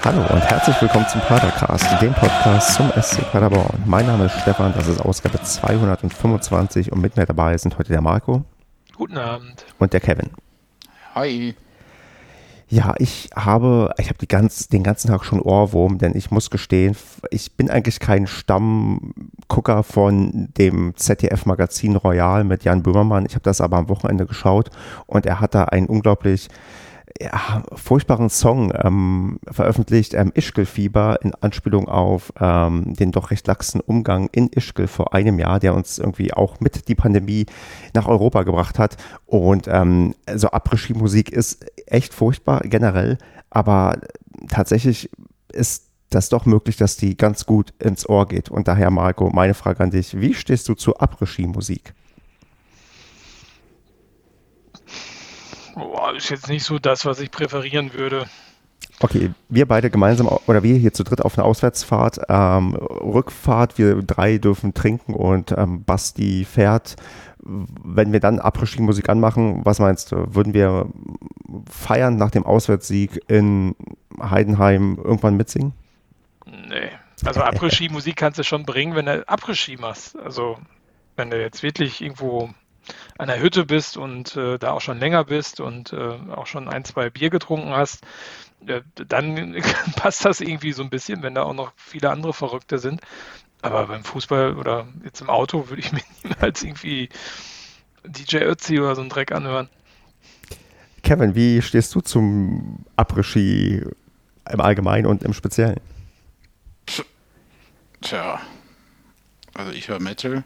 Hallo und herzlich willkommen zum Padercast, dem Podcast zum SC Paderborn. Mein Name ist Stefan, das ist Ausgabe 225 und mit mir dabei sind heute der Marco. Guten Abend. Und der Kevin. Hi. Ja, ich habe den ganzen Tag schon Ohrwurm, denn ich muss gestehen, ich bin eigentlich kein Stammgucker von dem ZDF-Magazin Royal mit Jan Böhmermann. Ich habe das aber am Wochenende geschaut und er hat da einen unglaublich furchtbaren Song veröffentlicht, Ischgl-Fieber, in Anspielung auf den doch recht laxen Umgang in Ischgl vor einem Jahr, der uns irgendwie auch mit die Pandemie nach Europa gebracht hat. Und so Après-Ski-Musik ist echt furchtbar generell, aber tatsächlich ist das doch möglich, dass die ganz gut ins Ohr geht. Und daher, Marco, meine Frage an dich, wie stehst du zu Après-Ski-Musik? Ist jetzt nicht so das, was ich präferieren würde. Okay, wir beide gemeinsam oder wir hier zu dritt auf einer Auswärtsfahrt, Rückfahrt, wir drei dürfen trinken und Basti fährt. Wenn wir dann Après-Ski-Musik anmachen, was meinst du? Würden wir feiern nach dem Auswärtssieg in Heidenheim irgendwann mitsingen? Nee, also Après-Ski-Musik kannst du schon bringen, wenn du Après-Ski machst. Also wenn du jetzt wirklich irgendwo an der Hütte bist und da auch schon länger bist und auch schon 1, 2 Bier getrunken hast, dann passt das irgendwie so ein bisschen, wenn da auch noch viele andere Verrückte sind. Aber beim Fußball oder jetzt im Auto würde ich mir niemals irgendwie DJ Ötzi oder so einen Dreck anhören. Kevin, wie stehst du zum Après-Ski im Allgemeinen und im Speziellen? Tja, also ich höre Metal.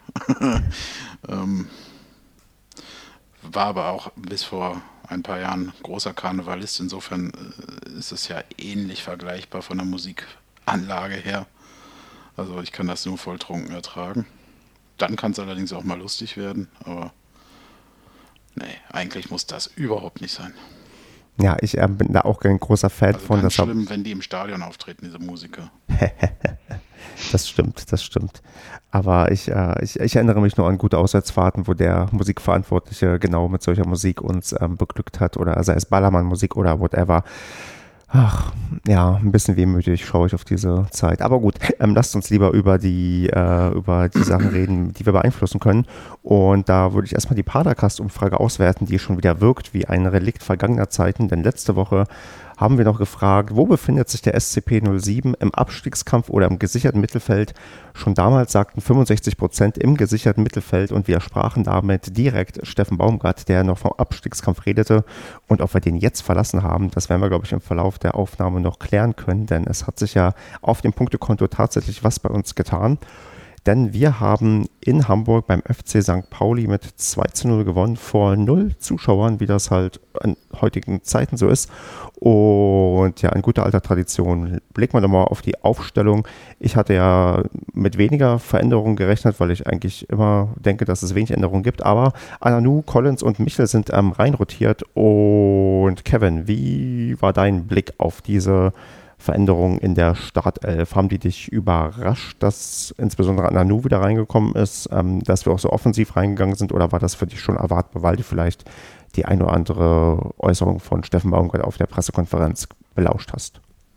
War aber auch bis vor ein paar Jahren großer Karnevalist. Insofern ist es ja ähnlich vergleichbar von der Musikanlage her. Also ich kann das nur volltrunken ertragen. Dann kann es allerdings auch mal lustig werden. Aber nee, eigentlich muss das überhaupt nicht sein. Ja, ich bin da auch kein großer Fan Also von. ganz schlimm, wenn die im Stadion auftreten, diese Musiker. Das stimmt. Aber ich erinnere mich nur an gute Auswärtsfahrten, wo der Musikverantwortliche genau mit solcher Musik uns beglückt hat oder sei es Ballermann-Musik oder whatever. Ach, ja, ein bisschen wehmütig schaue ich auf diese Zeit. Aber gut, lasst uns lieber über die Sachen reden, die wir beeinflussen können. Und da würde ich erstmal die Padercast-Umfrage auswerten, die schon wieder wirkt wie ein Relikt vergangener Zeiten. Denn letzte Woche haben wir noch gefragt, wo befindet sich der SCP 07 im Abstiegskampf oder im gesicherten Mittelfeld? Schon damals sagten 65% im gesicherten Mittelfeld und widersprachen damit direkt Steffen Baumgart, der noch vom Abstiegskampf redete. Und ob wir den jetzt verlassen haben, das werden wir, glaube ich, im Verlauf der Aufnahme noch klären können, denn es hat sich ja auf dem Punktekonto tatsächlich was bei uns getan. Denn wir haben in Hamburg beim FC St. Pauli mit 2:0 gewonnen vor 0 Zuschauern, wie das halt in heutigen Zeiten so ist. Und ja, in guter alter Tradition blicken wir doch mal auf die Aufstellung. Ich hatte ja mit weniger Veränderungen gerechnet, weil ich eigentlich immer denke, dass es wenig Änderungen gibt. Aber Ananu, Collins und Michel sind reinrotiert. Und Kevin, wie war dein Blick auf diese Veränderungen in der Startelf? Haben die dich überrascht, dass insbesondere Ananu wieder reingekommen ist, dass wir auch so offensiv reingegangen sind, oder war das für dich schon erwartbar, weil du vielleicht die ein oder andere Äußerung von Steffen Baumgart auf der Pressekonferenz belauscht hast?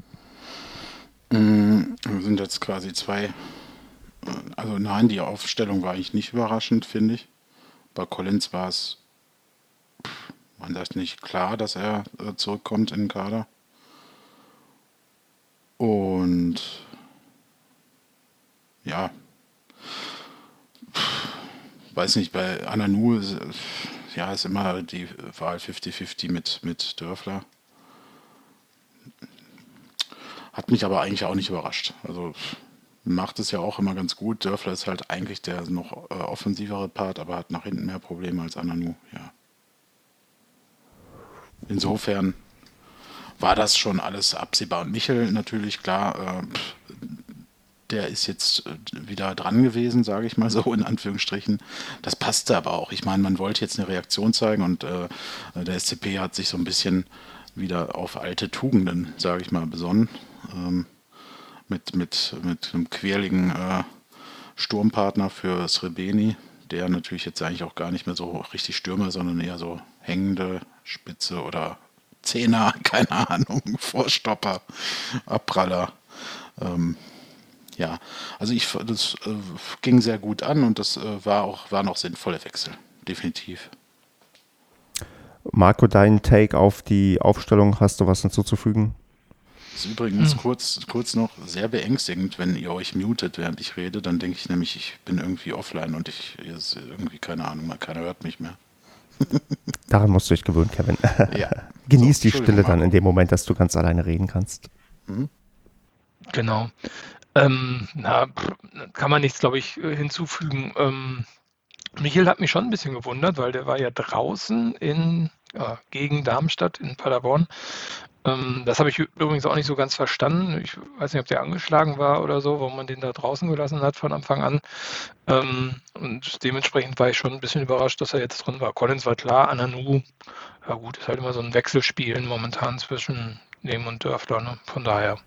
Wir sind jetzt quasi zwei. Also nein, die Aufstellung war eigentlich nicht überraschend, finde ich. Bei Collins war es, war das nicht klar, dass er zurückkommt in den Kader. Und ja, weiß nicht, bei Ananu ist immer die Wahl 50-50 mit Dörfler. Hat mich aber eigentlich auch nicht überrascht. Also macht es ja auch immer ganz gut. Dörfler ist halt eigentlich der noch offensivere Part, aber hat nach hinten mehr Probleme als Ananu. Ja. Insofern war das schon alles absehbar. Und Michel natürlich, klar, der ist jetzt wieder dran gewesen, sage ich mal so, in Anführungsstrichen. Das passte aber auch. Ich meine, man wollte jetzt eine Reaktion zeigen und der SCP hat sich so ein bisschen wieder auf alte Tugenden, sage ich mal, besonnen. Mit einem quirligen Sturmpartner für Srebeni, der natürlich jetzt eigentlich auch gar nicht mehr so richtig Stürmer, sondern eher so hängende Spitze oder Zehner, keine Ahnung, Vorstopper, Abpraller. Ja, also das ging sehr gut an und das waren auch sinnvolle Wechsel, definitiv. Marco, dein Take auf die Aufstellung, hast du was hinzuzufügen? Das ist übrigens kurz noch sehr beängstigend, wenn ihr euch mutet, während ich rede, dann denke ich nämlich, ich bin irgendwie offline und ist irgendwie, keine Ahnung, keiner hört mich mehr. Daran musst du dich gewöhnen, Kevin. Ja. Genieß So, die Stille Entschuldigung, dann in Marco. dem Moment, dass du ganz alleine reden kannst. Genau. Kann man nichts, glaube ich, hinzufügen. Michael hat mich schon ein bisschen gewundert, weil der war ja draußen gegen Darmstadt in Paderborn. Das habe ich übrigens auch nicht so ganz verstanden. Ich weiß nicht, ob der angeschlagen war oder so, warum man den da draußen gelassen hat von Anfang an. Und dementsprechend war ich schon ein bisschen überrascht, dass er jetzt drin war. Collins war klar, Ananu, ja gut, ist halt immer so ein Wechselspiel momentan zwischen Nehm und Dörfler. Ne? Von daher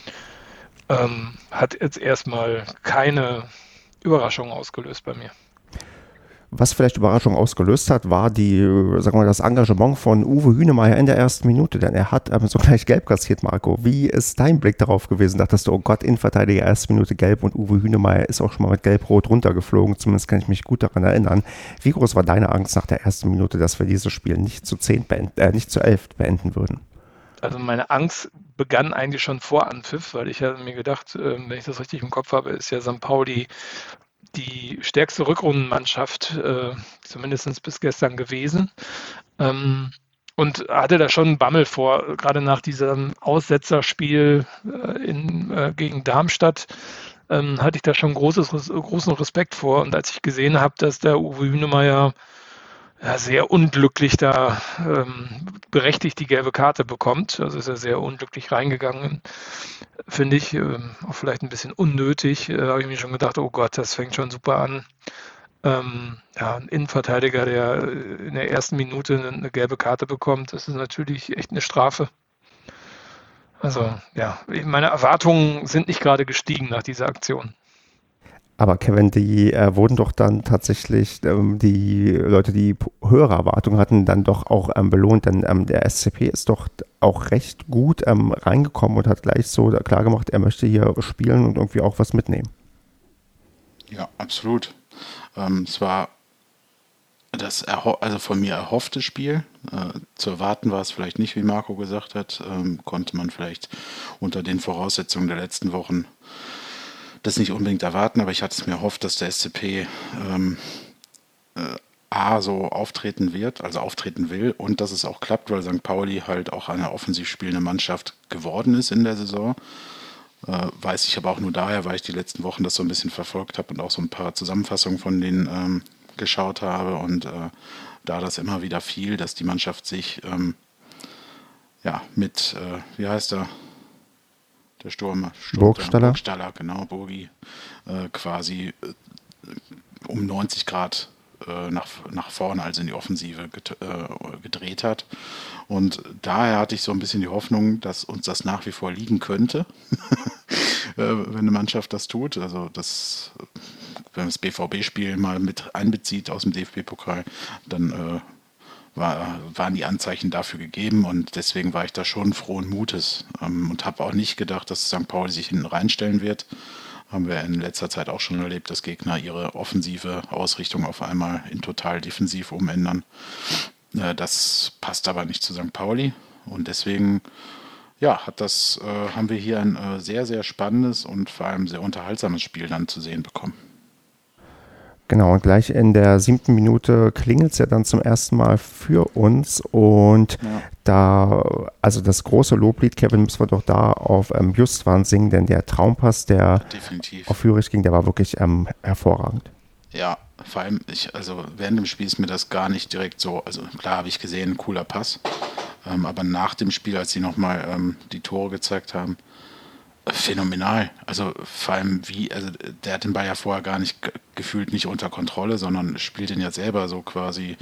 hat jetzt erstmal keine Überraschung ausgelöst bei mir. Was vielleicht Überraschung ausgelöst hat, war sagen wir, das Engagement von Uwe Hünemeyer in der ersten Minute, denn er hat sogleich gelb kassiert, Marco. Wie ist dein Blick darauf gewesen? Dachtest du, oh Gott, Innenverteidiger, erste Minute gelb und Uwe Hünemeyer ist auch schon mal mit gelb-rot runtergeflogen, zumindest kann ich mich gut daran erinnern. Wie groß war deine Angst nach der ersten Minute, dass wir dieses Spiel nicht zu 11 beenden würden? Also meine Angst begann eigentlich schon vor Anpfiff, weil ich hatte mir gedacht, wenn ich das richtig im Kopf habe, ist ja St. Pauli die stärkste Rückrundenmannschaft, zumindest bis gestern gewesen. Und hatte da schon einen Bammel vor, gerade nach diesem Aussetzerspiel gegen Darmstadt, hatte ich da schon großen Respekt vor. Und als ich gesehen habe, dass der Uwe Hünemeyer sehr unglücklich da berechtigt die gelbe Karte bekommt, also ist er sehr unglücklich reingegangen, finde ich, auch vielleicht ein bisschen unnötig, habe ich mir schon gedacht, oh Gott, das fängt schon super an. Ein Innenverteidiger, der in der ersten Minute eine gelbe Karte bekommt, das ist natürlich echt eine Strafe. Also ja, meine Erwartungen sind nicht gerade gestiegen nach dieser Aktion. Aber Kevin, die wurden doch dann tatsächlich, die Leute, die höhere Erwartungen hatten, dann doch auch belohnt, denn der SCP ist doch auch recht gut reingekommen und hat gleich so klar gemacht, er möchte hier spielen und irgendwie auch was mitnehmen. Ja, absolut. Es war das von mir erhoffte Spiel. Zu erwarten war es vielleicht nicht, wie Marco gesagt hat. Konnte man vielleicht unter den Voraussetzungen der letzten Wochen das nicht unbedingt erwarten, aber ich hatte es mir erhofft, dass der SCP so auftreten wird, also auftreten will und dass es auch klappt, weil St. Pauli halt auch eine offensiv spielende Mannschaft geworden ist in der Saison. Weiß ich aber auch nur daher, weil ich die letzten Wochen das so ein bisschen verfolgt habe und auch so ein paar Zusammenfassungen von denen geschaut habe und da das immer wieder fiel, dass die Mannschaft sich mit, wie heißt er? Der Burgstaller, genau, Burgi, quasi um 90 Grad nach vorne, also in die Offensive gedreht hat. Und daher hatte ich so ein bisschen die Hoffnung, dass uns das nach wie vor liegen könnte, wenn eine Mannschaft das tut. Also wenn man das BVB-Spiel mal mit einbezieht aus dem DFB-Pokal, dann waren die Anzeichen dafür gegeben und deswegen war ich da schon frohen Mutes und habe auch nicht gedacht, dass St. Pauli sich hinten reinstellen wird. Haben wir in letzter Zeit auch schon erlebt, dass Gegner ihre offensive Ausrichtung auf einmal in total defensiv umändern. Das passt aber nicht zu St. Pauli und deswegen haben wir hier ein sehr, sehr spannendes und vor allem sehr unterhaltsames Spiel dann zu sehen bekommen. Genau, und gleich in der 7. Minute klingelt es ja dann zum ersten Mal für uns und also das große Loblied, Kevin, müssen wir doch da auf Justwan singen, denn der Traumpass, der definitiv auf Führig ging, der war wirklich hervorragend. Ja, vor allem, während dem Spiel ist mir das gar nicht direkt so, also klar habe ich gesehen, cooler Pass, aber nach dem Spiel, als sie nochmal die Tore gezeigt haben, phänomenal. Also vor allem der hat den Ball ja vorher gar nicht gefühlt nicht unter Kontrolle, sondern spielt ihn ja selber so quasi,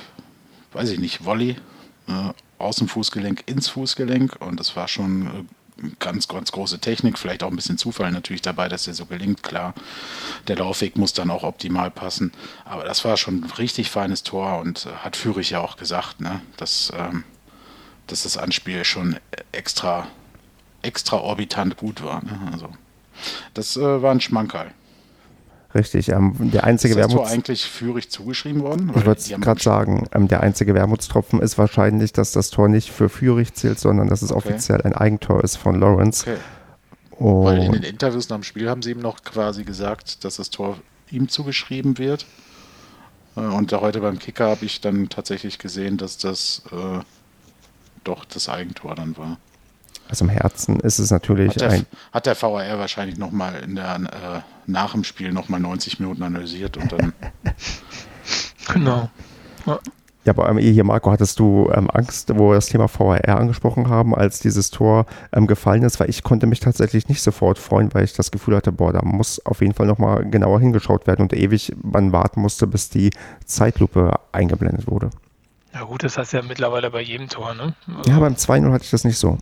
weiß ich nicht, Volley aus dem Fußgelenk ins Fußgelenk und das war schon ganz, ganz große Technik, vielleicht auch ein bisschen Zufall natürlich dabei, dass der so gelingt, klar. Der Laufweg muss dann auch optimal passen. Aber das war schon ein richtig feines Tor und hat Führig ja auch gesagt, ne? Dass das Anspiel schon extraorbitant gut war. Ne? Also, das war ein Schmankerl. Richtig, der einzige Ist das Tor Wermuts... eigentlich Führig zugeschrieben worden? Ich wollte gerade sagen, der einzige Wermutstropfen ist wahrscheinlich, dass das Tor nicht für Führig zählt, sondern dass es offiziell ein Eigentor ist von Lawrence. Okay. Weil in den Interviews nach dem Spiel haben sie ihm noch quasi gesagt, dass das Tor ihm zugeschrieben wird. Und heute beim Kicker habe ich dann tatsächlich gesehen, dass das doch das Eigentor dann war. Also im Herzen ist es natürlich hat der VAR wahrscheinlich nochmal nach dem Spiel nochmal 90 Minuten analysiert und dann... Genau. Ja, aber hier, Marco, hattest du Angst, wo wir das Thema VAR angesprochen haben, als dieses Tor gefallen ist? Weil ich konnte mich tatsächlich nicht sofort freuen, weil ich das Gefühl hatte, boah, da muss auf jeden Fall nochmal genauer hingeschaut werden und ewig man warten musste, bis die Zeitlupe eingeblendet wurde. Ja gut, das heißt ja mittlerweile bei jedem Tor, ne? Also, ja, beim 2-0 hatte ich das nicht so.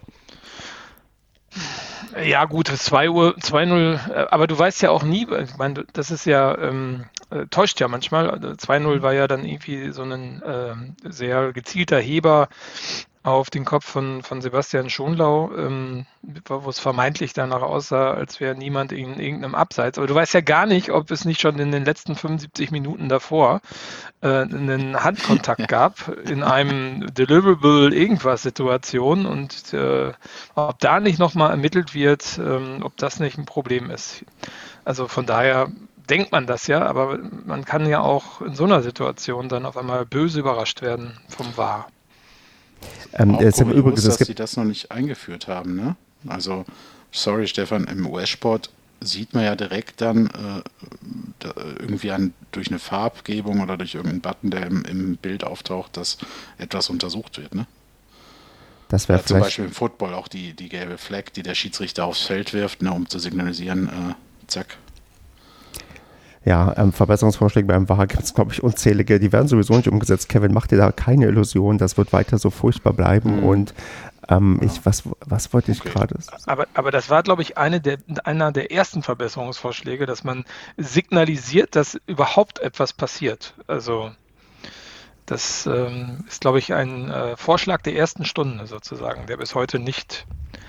Ja gut, 2-0, aber du weißt ja auch nie, ich meine, das ist ja, täuscht ja manchmal. 2-0 war ja dann irgendwie so ein sehr gezielter Heber auf den Kopf von Sebastian Schonlau, wo es vermeintlich danach aussah, als wäre niemand in irgendeinem Abseits. Aber du weißt ja gar nicht, ob es nicht schon in den letzten 75 Minuten davor einen Handkontakt gab in einem Deliverable irgendwas Situation und ob da nicht nochmal ermittelt wird, ob das nicht ein Problem ist. Also von daher denkt man das ja, aber man kann ja auch in so einer Situation dann auf einmal böse überrascht werden vom VAR. Ist im Übrigen, dass sie das noch nicht eingeführt haben, ne? Also, sorry Stefan, im US-Sport sieht man ja direkt dann irgendwie durch eine Farbgebung oder durch irgendeinen Button, der im Bild auftaucht, dass etwas untersucht wird, ne? Das wäre zum Beispiel im Football auch die gelbe Flag, die der Schiedsrichter aufs Feld wirft, ne, um zu signalisieren, zack. Ja, Verbesserungsvorschläge beim VAR gibt es, glaube ich, unzählige. Die werden sowieso nicht umgesetzt. Kevin, mach dir da keine Illusion. Das wird weiter so furchtbar bleiben. Und was wollte ich gerade? Aber das war, glaube ich, einer der ersten Verbesserungsvorschläge, dass man signalisiert, dass überhaupt etwas passiert. Also das ist, glaube ich, ein Vorschlag der ersten Stunde sozusagen, der bis heute nicht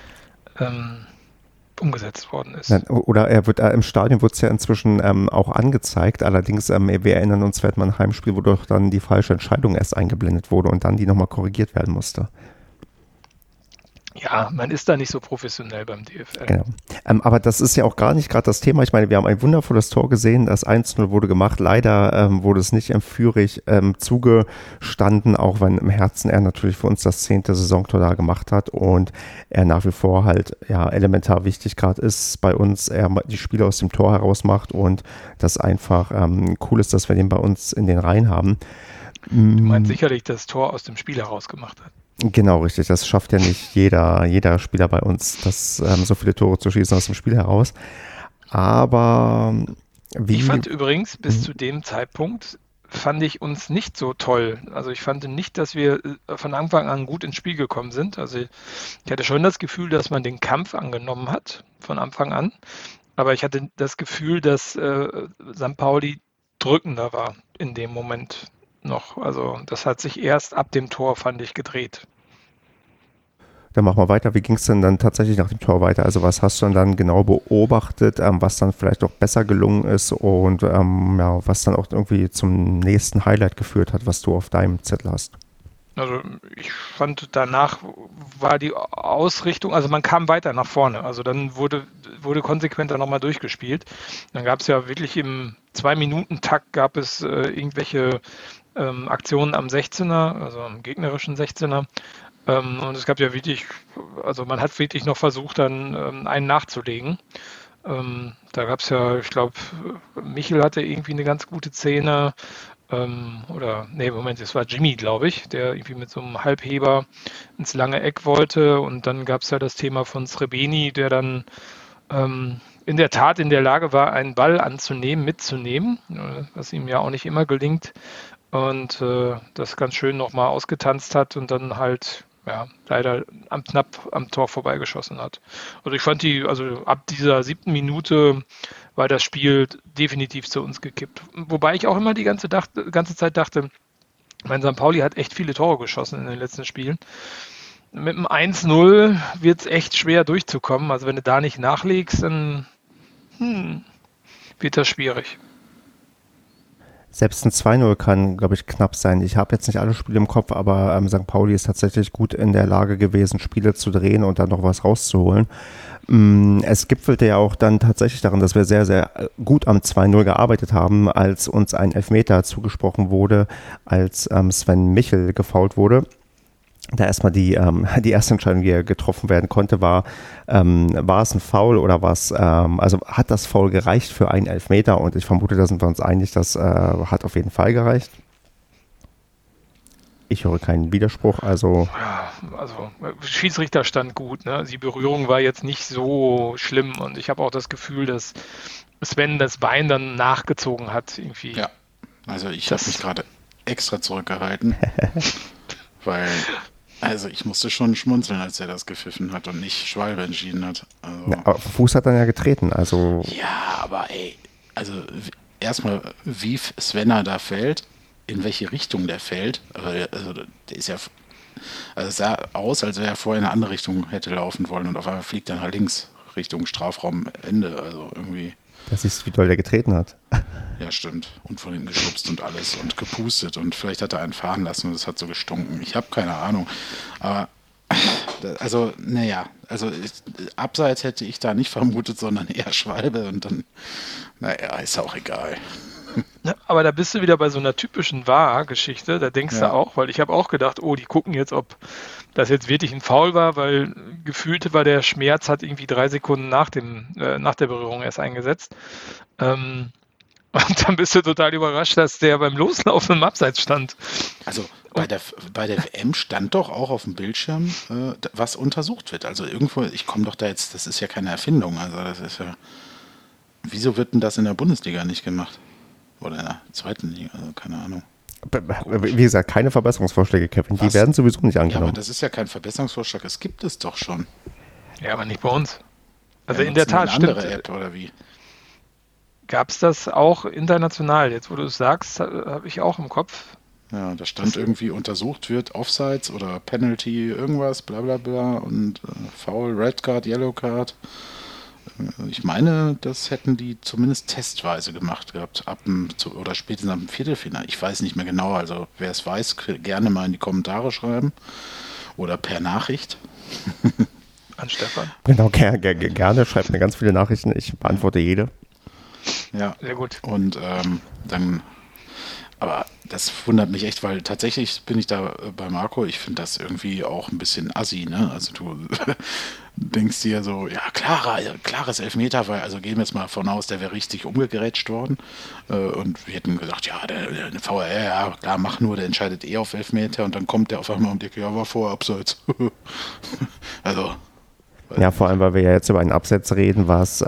umgesetzt worden ist. Oder im Stadion wird es ja inzwischen auch angezeigt, allerdings, wir erinnern uns, wir hatten mal ein Heimspiel, wo doch dann die falsche Entscheidung erst eingeblendet wurde und dann die nochmal korrigiert werden musste. Ja, man ist da nicht so professionell beim DFL. Genau. Aber das ist ja auch gar nicht gerade das Thema. Ich meine, wir haben ein wundervolles Tor gesehen. Das 1-0 wurde gemacht. Leider wurde es nicht Führig zugestanden, auch wenn im Herzen er natürlich für uns das 10. Saisontor da gemacht hat und er nach wie vor halt ja elementar wichtig gerade ist bei uns. Er die Spiele aus dem Tor heraus macht und das einfach cool ist, dass wir den bei uns in den Reihen haben. Du meinst sicherlich das Tor aus dem Spiel heraus gemacht hat. Genau, richtig. Das schafft ja nicht jeder Spieler bei uns, so viele Tore zu schießen aus dem Spiel heraus. Aber ich fand übrigens, bis zu dem Zeitpunkt fand ich uns nicht so toll. Also ich fand nicht, dass wir von Anfang an gut ins Spiel gekommen sind. Also ich hatte schon das Gefühl, dass man den Kampf angenommen hat von Anfang an. Aber ich hatte das Gefühl, dass St. Pauli drückender war in dem Moment noch. Also das hat sich erst ab dem Tor, fand ich, gedreht. Dann machen wir weiter. Wie ging es denn dann tatsächlich nach dem Tor weiter? Also was hast du dann genau beobachtet, was dann vielleicht auch besser gelungen ist und was dann auch irgendwie zum nächsten Highlight geführt hat, was du auf deinem Zettel hast? Also ich fand, danach war die Ausrichtung, also man kam weiter nach vorne, also dann wurde konsequenter nochmal durchgespielt. Dann gab es ja wirklich im 2-Minuten-Takt gab es irgendwelche Aktionen am 16er, also am gegnerischen 16er. Und es gab ja wirklich, also man hat wirklich noch versucht, dann einen nachzulegen. Da gab es ja, ich glaube, Michel hatte irgendwie eine ganz gute Szene. Es war Jimmy, glaube ich, der irgendwie mit so einem Halbheber ins lange Eck wollte. Und dann gab es ja das Thema von Srebeni, der dann in der Tat in der Lage war, einen Ball mitzunehmen, was ihm ja auch nicht immer gelingt. Und das ganz schön nochmal ausgetanzt hat und dann halt leider knapp am Tor vorbeigeschossen hat. Also ich fand also ab dieser 7. Minute war das Spiel definitiv zu uns gekippt. Wobei ich auch immer die ganze Zeit dachte, mein St. Pauli hat echt viele Tore geschossen in den letzten Spielen. Mit dem 1-0 wird es echt schwer durchzukommen. Also wenn du da nicht nachlegst, dann wird das schwierig. Selbst ein 2-0 kann, glaube ich, knapp sein. Ich habe jetzt nicht alle Spiele im Kopf, aber St. Pauli ist tatsächlich gut in der Lage gewesen, Spiele zu drehen und dann noch was rauszuholen. Es gipfelte ja auch dann tatsächlich darin, dass wir sehr, sehr gut am 2-0 gearbeitet haben, als uns ein Elfmeter zugesprochen wurde, als Sven Michel gefoult wurde. Da erstmal die erste Entscheidung, die getroffen werden konnte, war es ein Foul oder was? Also hat das Foul gereicht für einen Elfmeter? Und ich vermute, da sind wir uns einig, das hat auf jeden Fall gereicht. Ich höre keinen Widerspruch, also... Ja, also Schiedsrichter stand gut, ne? Die Berührung war jetzt nicht so schlimm und ich habe auch das Gefühl, dass Sven das Bein dann nachgezogen hat irgendwie. Ja, also ich habe mich gerade extra zurückgehalten, weil... Also ich musste schon schmunzeln, als er das gepfiffen hat und nicht Schwalbe entschieden hat. Also, ja, aber Fuß hat dann ja getreten, also... Ja, aber also erstmal, wie Svenner da fällt, in welche Richtung der fällt. Also der ist ja... Also es sah aus, als wäre er vorher in eine andere Richtung hätte laufen wollen und auf einmal fliegt er nach links Richtung Strafraumende. Also irgendwie... Das ist, wie doll der getreten hat. Ja, stimmt. Und von ihm geschubst und alles und gepustet und vielleicht hat er einen fahren lassen und es hat so gestunken. Ich habe keine Ahnung. Aber, also, abseits hätte ich da nicht vermutet, sondern eher Schwalbe und dann, ist auch egal. Ja, aber da bist du wieder bei so einer typischen VAR-Geschichte, da denkst du auch, weil ich habe auch gedacht, die gucken jetzt, ob das jetzt wirklich ein Foul war, weil gefühlt war der Schmerz hat irgendwie 3 Sekunden nach der Berührung erst eingesetzt. Und dann bist du total überrascht, dass der beim Loslaufen im Abseits stand. Also bei der WM stand doch auch auf dem Bildschirm, was untersucht wird. Also irgendwo, ich komme doch da jetzt, das ist ja keine Erfindung, also das ist ja, wieso wird denn das in der Bundesliga nicht gemacht? Oder in der zweiten Liga, also keine Ahnung. Wie gesagt, keine Verbesserungsvorschläge, Kevin. Die werden sowieso nicht angenommen. Ja, aber das ist ja kein Verbesserungsvorschlag, es gibt es doch schon. Ja, aber nicht bei uns. Also Ja, in der Tat eine stimmt. andere App oder wie? Gab es das auch international? Jetzt, wo du es sagst, habe ich auch im Kopf. Ja, da stand irgendwie untersucht wird, Offsides oder Penalty, irgendwas, bla bla bla und Foul, Red Card, Yellow Card. Ich meine, das hätten die zumindest testweise gemacht gehabt, oder spätestens am Viertelfinale. Ich weiß nicht mehr genau, also wer es weiß, gerne mal in die Kommentare schreiben oder per Nachricht. An Stefan. Genau, gerne. Schreibt mir ganz viele Nachrichten, ich beantworte jede. Ja, sehr gut. Und dann, aber das wundert mich echt, weil tatsächlich bin ich da bei Marco, ich finde das irgendwie auch ein bisschen assi, ne? Also du denkst dir so, ja, klares Elfmeter, weil, also gehen wir jetzt mal davon aus, der wäre richtig umgegrätscht worden und wir hätten gesagt, ja, der VAR, ja, klar, mach nur, der entscheidet auf Elfmeter und dann kommt der auf einmal um die Ecke, ja, war vor Abseits. Also... Ja, vor allem, weil wir ja jetzt über einen Abseits reden,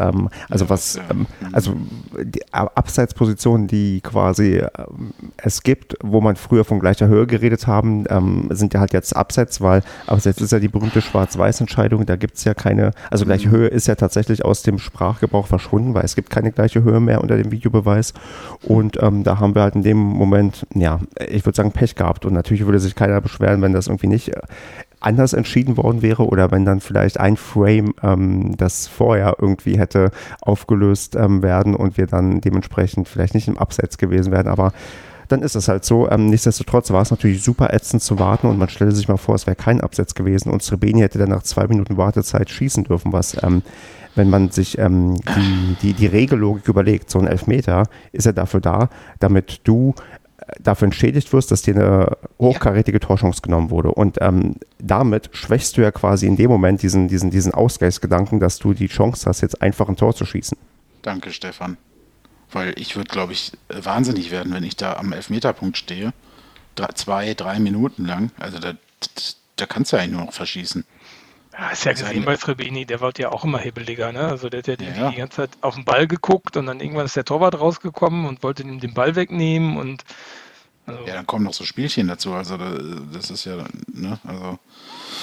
die Abseitspositionen, die quasi es gibt, wo man früher von gleicher Höhe geredet haben, sind ja halt jetzt Abseits, weil Abseits ist ja die berühmte Schwarz-Weiß-Entscheidung, da gibt es ja keine, also gleiche Höhe ist ja tatsächlich aus dem Sprachgebrauch verschwunden, weil es gibt keine gleiche Höhe mehr unter dem Videobeweis und da haben wir halt in dem Moment, ja, ich würde sagen Pech gehabt und natürlich würde sich keiner beschweren, wenn das irgendwie nicht anders entschieden worden wäre oder wenn dann vielleicht ein Frame das vorher irgendwie hätte aufgelöst werden und wir dann dementsprechend vielleicht nicht im Abseits gewesen wären, aber dann ist es halt so. Nichtsdestotrotz war es natürlich super ätzend zu warten und man stelle sich mal vor, es wäre kein Abseits gewesen und Srebeni hätte dann nach 2 Minuten Wartezeit schießen dürfen, was wenn man sich die Regellogik überlegt, so ein Elfmeter ist ja dafür da, damit du dafür entschädigt wirst, dass dir eine hochkarätige Torchance genommen wurde. Und damit schwächst du ja quasi in dem Moment diesen Ausgleichsgedanken, dass du die Chance hast, jetzt einfach ein Tor zu schießen. Danke, Stefan. Weil ich würde, glaube ich, wahnsinnig werden, wenn ich da am Elfmeterpunkt stehe. 2-3 Minuten lang. Also da kannst du ja eigentlich nur noch verschießen. Ja, ist ja gesehen bei Srebeni, der wird ja auch immer hibbeliger, ne? Also der hat ja die ganze Zeit auf den Ball geguckt und dann irgendwann ist der Torwart rausgekommen und wollte ihm den Ball wegnehmen und ja, dann kommen noch so Spielchen dazu, also das ist ja, ne, also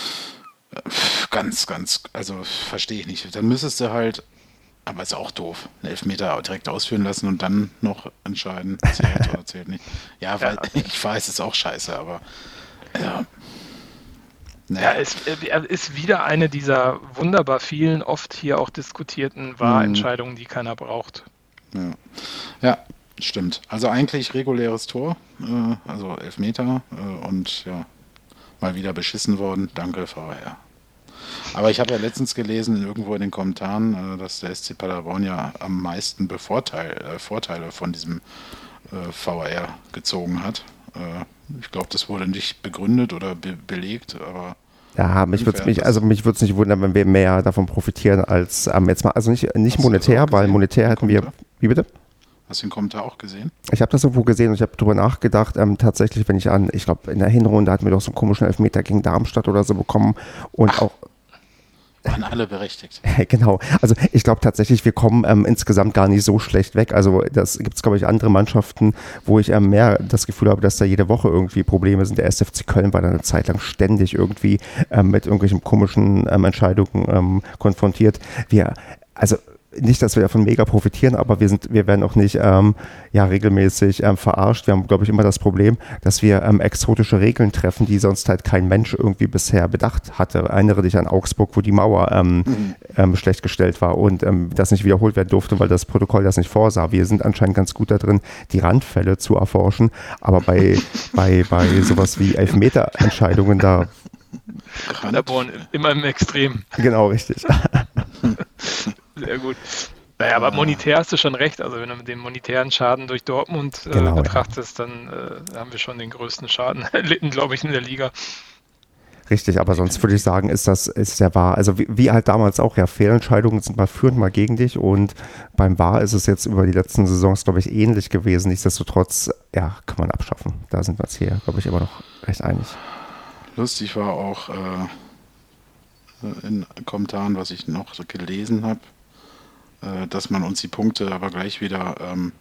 Ganz, also verstehe ich nicht. Dann müsstest du halt, aber ist auch doof, einen Elfmeter direkt ausführen lassen und dann noch entscheiden, zählt oder zählt nicht. Ja, weil Ja, ich weiß, ist auch scheiße, aber ja, ja, naja. es ist wieder eine dieser wunderbar vielen, oft hier auch diskutierten Hm, Wahrentscheidungen, die keiner braucht. ja. Ja, stimmt. Also eigentlich reguläres Tor, also Elfmeter und ja, mal wieder beschissen worden. Danke, VR. Aber ich habe ja letztens gelesen, irgendwo in den Kommentaren, dass der SC Paderborn ja am meisten Vorteile von diesem VAR gezogen hat. Ich glaube, das wurde nicht begründet oder belegt, aber Ja, irgendwer hat das, mich würde es nicht wundern, wenn wir mehr davon profitieren als jetzt mal, also nicht hast du das auch monetär, weil gesehen? monetär Den hätten wir, Kommentar? wie bitte? Hast du den Kommentar auch gesehen? Ich habe das irgendwo gesehen und ich habe darüber nachgedacht, tatsächlich, wenn ich glaube, in der Hinrunde hatten wir doch so einen komischen Elfmeter gegen Darmstadt oder so bekommen und auch, Waren alle berechtigt. genau, also ich glaube tatsächlich, wir kommen insgesamt gar nicht so schlecht weg. Also das gibt es, glaube ich, andere Mannschaften, wo ich mehr das Gefühl habe, dass da jede Woche irgendwie Probleme sind. Der SFC Köln war dann eine Zeit lang ständig irgendwie mit irgendwelchen komischen Entscheidungen konfrontiert. Also nicht, dass wir davon mega profitieren, aber wir werden auch nicht regelmäßig verarscht. Wir haben, glaube ich, immer das Problem, dass wir exotische Regeln treffen, die sonst halt kein Mensch irgendwie bisher bedacht hatte. Erinnere dich an Augsburg, wo die Mauer schlecht gestellt war und das nicht wiederholt werden durfte, weil das Protokoll das nicht vorsah. Wir sind anscheinend ganz gut da drin, die Randfälle zu erforschen, aber bei sowas wie Elfmeterentscheidungen da, Paderborn immer im Extrem. genau richtig. Sehr gut. Naja, aber monetär hast du schon recht. Also wenn du den monetären Schaden durch Dortmund Genau, ja. betrachtest, dann haben wir schon den größten Schaden erlitten, glaube ich, in der Liga. Richtig, aber sonst würde ich sagen, ist der VAR, also wie halt damals auch, ja, Fehlentscheidungen sind mal für und mal gegen dich und beim VAR ist es jetzt über die letzten Saisons, glaube ich, ähnlich gewesen. Nichtsdestotrotz, ja, kann man abschaffen. Da sind wir uns hier, glaube ich, immer noch recht einig. Lustig war auch in Kommentaren, was ich noch so gelesen habe, dass man uns die Punkte aber gleich wieder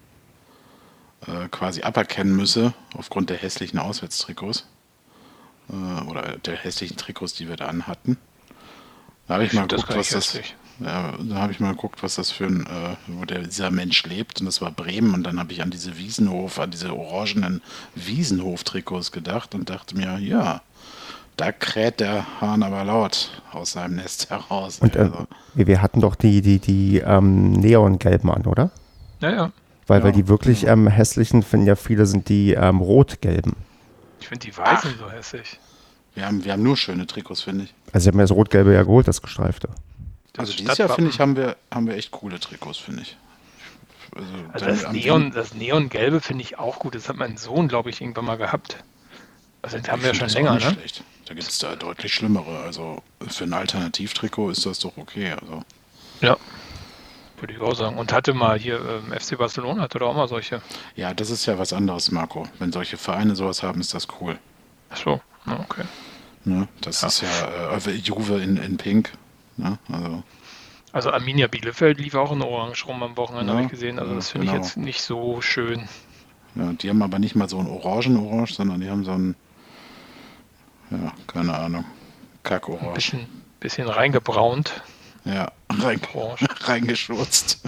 quasi aberkennen müsse, aufgrund der hässlichen Auswärtstrikots oder der hässlichen Trikots, die wir da anhatten. Da habe ich mal Das geguckt, kann was ich das, hässlich. ja, da habe ich mal geguckt, was das für ein, dieser Mensch lebt. Und das war Bremen. Und dann habe ich an diese diese orangenen Wiesenhof-Trikots gedacht und dachte mir, ja, da kräht der Hahn aber laut aus seinem Nest heraus. Und Also, wir hatten doch die Neongelben an, oder? Ja. Weil ja, die wirklich hässlichen, finden ja viele, sind die rot-gelben. Ich finde die Weißen so hässlich. wir haben nur schöne Trikots, finde ich. Also ich habe mir das rot-gelbe ja geholt, das gestreifte. Also dieses Jahr, finde ich, haben wir echt coole Trikots, finde ich. Also dann das Neongelbe finde ich auch gut. Das hat mein Sohn, glaube ich, irgendwann mal gehabt. Also das haben wir ich ja finde schon das auch länger, nicht ne? schlecht. Da gibt es da deutlich schlimmere. Also für ein Alternativtrikot ist das doch okay. Also, Ja, würde ich auch sagen. Und hatte mal hier, FC Barcelona hatte doch auch mal solche. ja, das ist ja was anderes, Marco. Wenn solche Vereine sowas haben, ist das cool. Ach so, ja, okay. Ne? Das ist ja Juve in Pink. Ne? Also Arminia Bielefeld lief auch in Orange rum am Wochenende, Ja, habe ich gesehen. Also das finde ich genau. jetzt nicht so schön. Ja, die haben aber nicht mal so ein Orange, sondern die haben so ein, ja, keine Ahnung, Ein Kackorange. bisschen reingebraunt. Ja, Orange. reingeschurzt.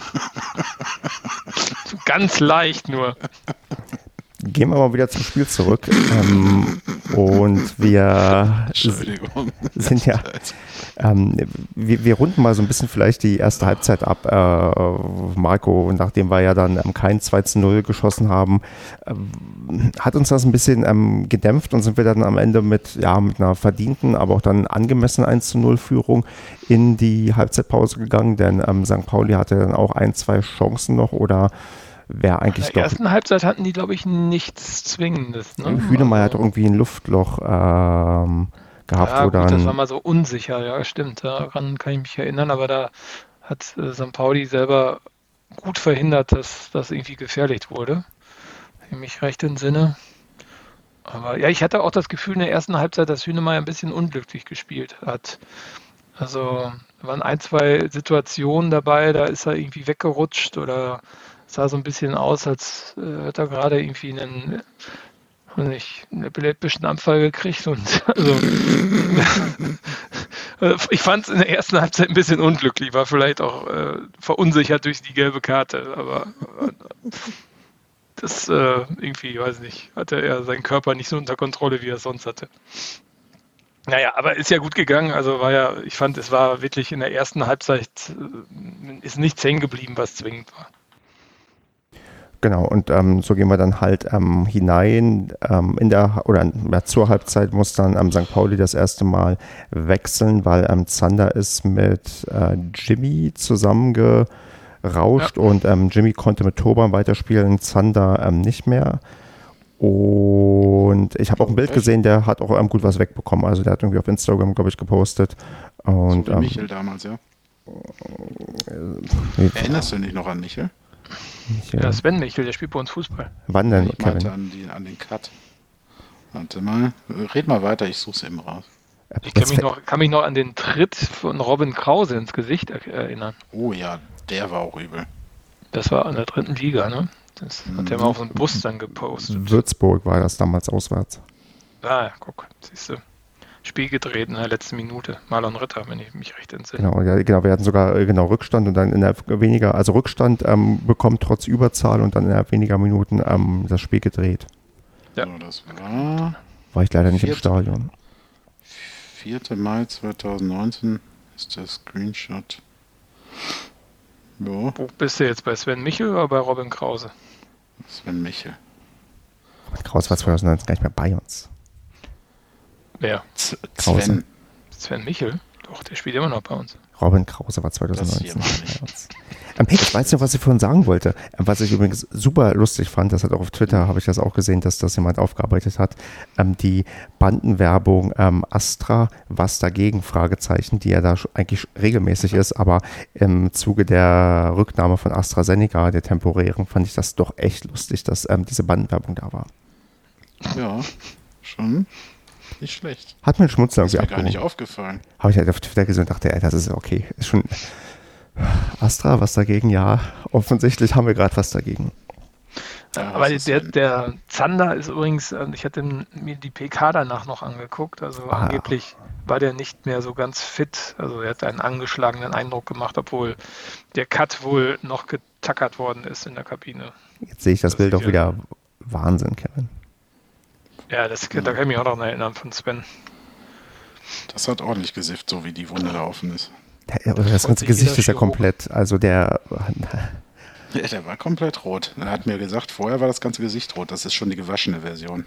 So ganz leicht nur. Gehen wir mal wieder zum Spiel zurück. Und wir Entschuldigung. sind ja, wir runden mal so ein bisschen vielleicht die erste Halbzeit ab. Marco, nachdem wir ja dann kein 2:0 geschossen haben, hat uns das ein bisschen gedämpft und sind wir dann am Ende mit einer verdienten, aber auch dann angemessenen 1:0 Führung in die Halbzeitpause gegangen, denn St. Pauli hatte dann auch 1, 2 Chancen noch oder wäre eigentlich In der doch. ersten Halbzeit hatten die, glaube ich, nichts Zwingendes. Ne? Hünemeyer hat irgendwie ein Luftloch gehabt, Ja, wo gut, das war dann. mal so unsicher, ja, stimmt. Daran kann ich mich erinnern, aber da hat St. Pauli selber gut verhindert, dass das irgendwie gefährlich wurde. Wenn ich mich recht entsinne. Aber ja, ich hatte auch das Gefühl in der ersten Halbzeit, dass Hünemeyer ein bisschen unglücklich gespielt hat. Also da waren 1, 2 Situationen dabei, da ist er irgendwie weggerutscht oder sah so ein bisschen aus, als hätte er gerade irgendwie einen epileptischen Anfall gekriegt und also Ich fand es in der ersten Halbzeit ein bisschen unglücklich, war vielleicht auch verunsichert durch die gelbe Karte, aber das irgendwie, weiß nicht, hatte er seinen Körper nicht so unter Kontrolle, wie er es sonst hatte. Naja, aber ist ja gut gegangen. Also ich fand, es war wirklich in der ersten Halbzeit ist nichts hängen geblieben, was zwingend war. Genau, und so gehen wir dann halt hinein. Zur Halbzeit muss dann St. Pauli das erste Mal wechseln, weil Zander ist mit Jimmy zusammengerauscht und Jimmy konnte mit Turban weiterspielen, Zander nicht mehr. Und ich habe auch ein Bild gesehen, der hat auch gut was wegbekommen. Also der hat irgendwie auf Instagram, glaube ich, gepostet. Und, so wie Michel damals, ja. Erinnerst du dich noch an Michel? Ja, Sven Michel, der spielt bei uns Fußball. Wann denn, ich meinte an den Cut. Warte mal, red mal weiter, ich suche es eben raus. Ich kann mich noch an den Tritt von Robin Krause ins Gesicht erinnern. Oh ja, der war auch übel. Das war in der 3. Liga, ne? Das hat er mal auf so einen Bus dann gepostet. Würzburg war das damals auswärts. Ah, guck, siehst du. Spiel gedreht in der letzten Minute. Marlon Ritter, wenn ich mich recht entsinne. Genau, wir hatten sogar Rückstand und dann Rückstand bekommt trotz Überzahl und dann innerhalb weniger Minuten das Spiel gedreht. Ja. So, das war ich leider nicht im Stadion. 4. Mai 2019 ist der Screenshot. Jo. Wo bist du jetzt, bei Sven Michel oder bei Robin Krause? Sven Michel. Robin Krause war 2019 gar nicht mehr bei uns. Wer? Sven Michel? Doch, der spielt immer noch bei uns. Robin Krause war 2019 bei uns. Ich weiß noch, was ich vorhin sagen wollte. Was ich übrigens super lustig fand, das hat auch auf Twitter, habe ich das auch gesehen, dass das jemand aufgearbeitet hat, die Bandenwerbung Astra, was dagegen, Fragezeichen, die ja da eigentlich regelmäßig ist, aber im Zuge der Rücknahme von AstraZeneca, der temporären, fand ich das doch echt lustig, dass diese Bandenwerbung da war. Ja, schon nicht schlecht. Hat mir ein Schmunzeln irgendwie abgehoben. Ist mir gar nicht aufgefallen. Habe ich halt auf Twitter gesehen und dachte, das ist okay. Ist schon Astra, was dagegen? Ja, offensichtlich haben wir gerade was dagegen. Ja, aber der Zander ist übrigens, ich hatte mir die PK danach noch angeguckt, also angeblich war der nicht mehr so ganz fit, also er hat einen angeschlagenen Eindruck gemacht, obwohl der Cut wohl noch getackert worden ist in der Kabine. Jetzt sehe ich das Bild auch wieder. Wahnsinn, Kevin. Ja, da kann ich mich auch noch erinnern von Sven. Das hat ordentlich gesifft, so wie die Wunde da offen ist. Das ganze Gesicht ist ja komplett, also der war komplett rot. Er hat mir gesagt, vorher war das ganze Gesicht rot. Das ist schon die gewaschene Version.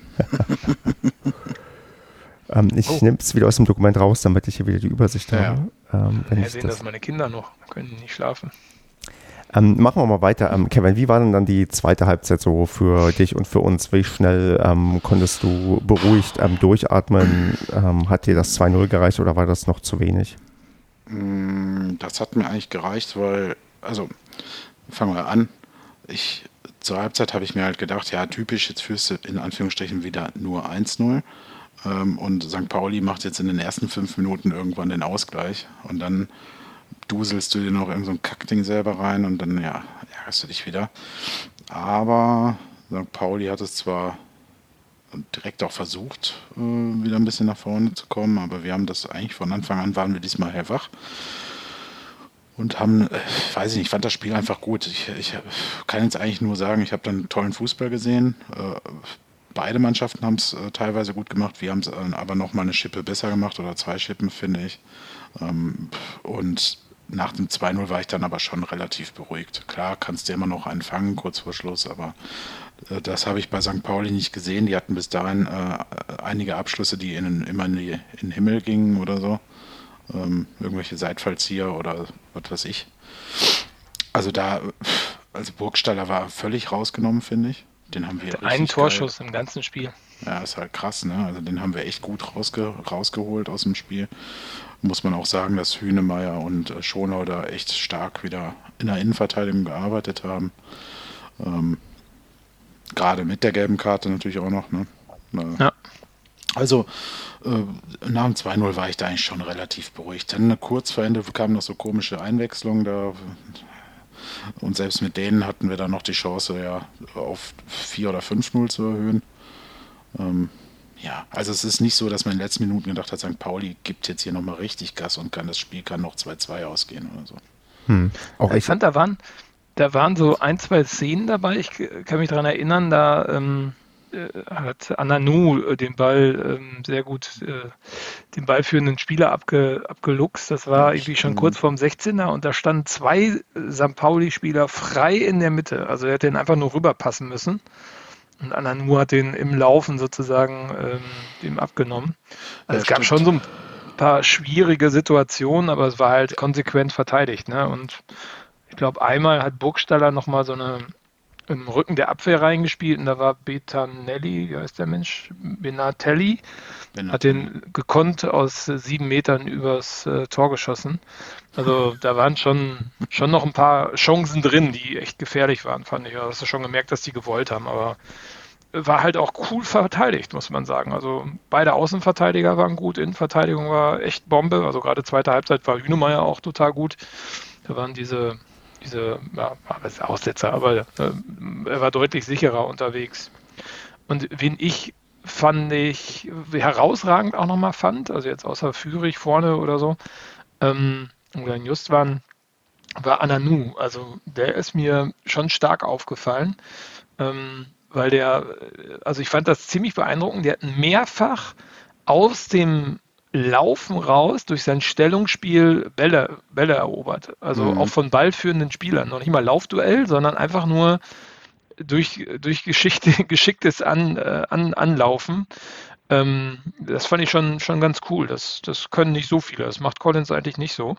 Ich nehme es wieder aus dem Dokument raus, damit ich hier wieder die Übersicht habe. Sehen das meine Kinder noch, können die nicht schlafen. Machen wir mal weiter. Kevin, wie war denn dann die zweite Halbzeit so für dich und für uns? Wie schnell konntest du beruhigt durchatmen? Hat dir das 2-0 gereicht oder war das noch zu wenig? Das hat mir eigentlich gereicht, weil, also fangen wir an. Zur Halbzeit habe ich mir halt gedacht, ja typisch, jetzt führst du in Anführungsstrichen wieder nur 1-0 und St. Pauli macht jetzt in den ersten 5 Minuten irgendwann den Ausgleich und dann duselst du dir noch irgend so ein Kackding selber rein und dann, ärgerst du dich wieder. Aber St. Pauli hat es zwar direkt auch versucht, wieder ein bisschen nach vorne zu kommen, aber wir haben das eigentlich von Anfang an, waren wir diesmal hellwach und haben, weiß ich nicht, ich fand das Spiel einfach gut. Ich kann jetzt eigentlich nur sagen, ich habe dann tollen Fußball gesehen. Beide Mannschaften haben es teilweise gut gemacht, wir haben es aber noch mal eine Schippe besser gemacht oder 2 Schippen, finde ich. Und nach dem 2-0 war ich dann aber schon relativ beruhigt. Klar, kannst du immer noch einen fangen, kurz vor Schluss, aber das habe ich bei St. Pauli nicht gesehen. Die hatten bis dahin einige Abschlüsse, die immer in den Himmel gingen oder so. Irgendwelche Seitfallzieher oder was weiß ich. Also Burgstaller war völlig rausgenommen, finde ich. Den haben wir einen Torschuss im ganzen Spiel. Ja, ist halt krass, ne? Also den haben wir echt gut rausgeholt aus dem Spiel. Muss man auch sagen, dass Hünemeyer und Schonau da echt stark wieder in der Innenverteidigung gearbeitet haben. Gerade mit der gelben Karte natürlich auch noch, ne? Ja. Also nach dem 2-0 war ich da eigentlich schon relativ beruhigt. Dann kurz vor Ende kamen noch so komische Einwechslungen da. Und selbst mit denen hatten wir dann noch die Chance, ja, auf 4 oder 5-0 zu erhöhen. Ja, also es ist nicht so, dass man in den letzten Minuten gedacht hat, St. Pauli gibt jetzt hier nochmal richtig Gas und das Spiel kann noch 2-2 ausgehen oder so. Auch Ich fand, da waren so ein, zwei Szenen dabei. Ich kann mich daran erinnern, da hat Ananu den Ball sehr gut, den ballführenden Spieler abgeluchst. Das war irgendwie schon kurz vorm 16er und da standen zwei St. Pauli-Spieler frei in der Mitte. Also er hätte den einfach nur rüberpassen müssen. Und Ananu hat den im Laufen sozusagen dem abgenommen. Also Ja, es gab stimmt. schon so ein paar schwierige Situationen, aber es war halt konsequent verteidigt. Ne? Und ich glaube, einmal hat Burgstaller nochmal so eine im Rücken der Abwehr reingespielt und da war Betanelli, wie heißt der Mensch? Benatelli, hat den gekonnt aus 7 Metern übers Tor geschossen. Also da waren schon noch ein paar Chancen drin, die echt gefährlich waren, fand ich. Also hast du schon gemerkt, dass die gewollt haben, aber war halt auch cool verteidigt, muss man sagen. Also beide Außenverteidiger waren gut, Innenverteidigung war echt Bombe. Also gerade zweite Halbzeit war Hünemeyer auch total gut. Da waren diese ja, was ist Aussetzer, aber er war deutlich sicherer unterwegs. Und wen ich herausragend auch nochmal fand, also jetzt außer Führig vorne oder so, oder in Justwan, war Ananu. Also der ist mir schon stark aufgefallen, weil also ich fand das ziemlich beeindruckend, der hat mehrfach aus dem Laufen raus durch sein Stellungsspiel Bälle erobert. Also auch von ballführenden Spielern. Noch nicht mal Laufduell, sondern einfach nur durch geschicktes Anlaufen. Das fand ich schon ganz cool. Das können nicht so viele. Das macht Collins eigentlich nicht so.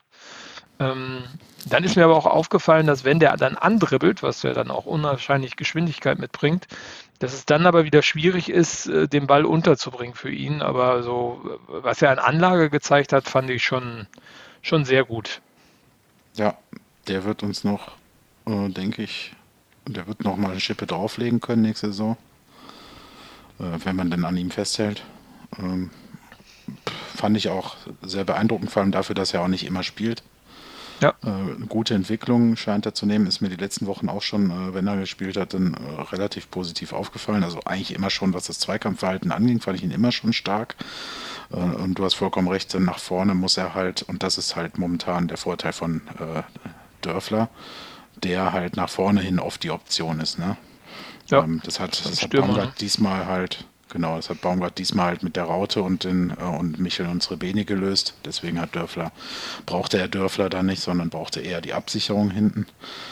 Dann ist mir aber auch aufgefallen, dass wenn der dann andribbelt, was ja dann auch unwahrscheinlich Geschwindigkeit mitbringt, dass es dann aber wieder schwierig ist, den Ball unterzubringen für ihn. Aber so, was er an Anlage gezeigt hat, fand ich schon sehr gut. Ja, der wird uns noch, denke ich, der wird noch mal eine Schippe drauflegen können nächste Saison, wenn man denn an ihm festhält. Fand ich auch sehr beeindruckend, vor allem dafür, dass er auch nicht immer spielt. Ja. Eine gute Entwicklung scheint er zu nehmen, ist mir die letzten Wochen auch schon, wenn er gespielt hat, dann relativ positiv aufgefallen. Also eigentlich immer schon, was das Zweikampfverhalten anging, fand ich ihn immer schon stark. Und du hast vollkommen recht, dann nach vorne muss er halt, und das ist halt momentan der Vorteil von Dörfler, der halt nach vorne hin oft die Option ist. Ne? Ja, das hat Stürmer, Baumgart ne? diesmal halt, genau, das hat Baumgart diesmal halt mit der Raute und Michel und Srebeni gelöst. Deswegen brauchte er Dörfler da nicht, sondern brauchte eher die Absicherung hinten.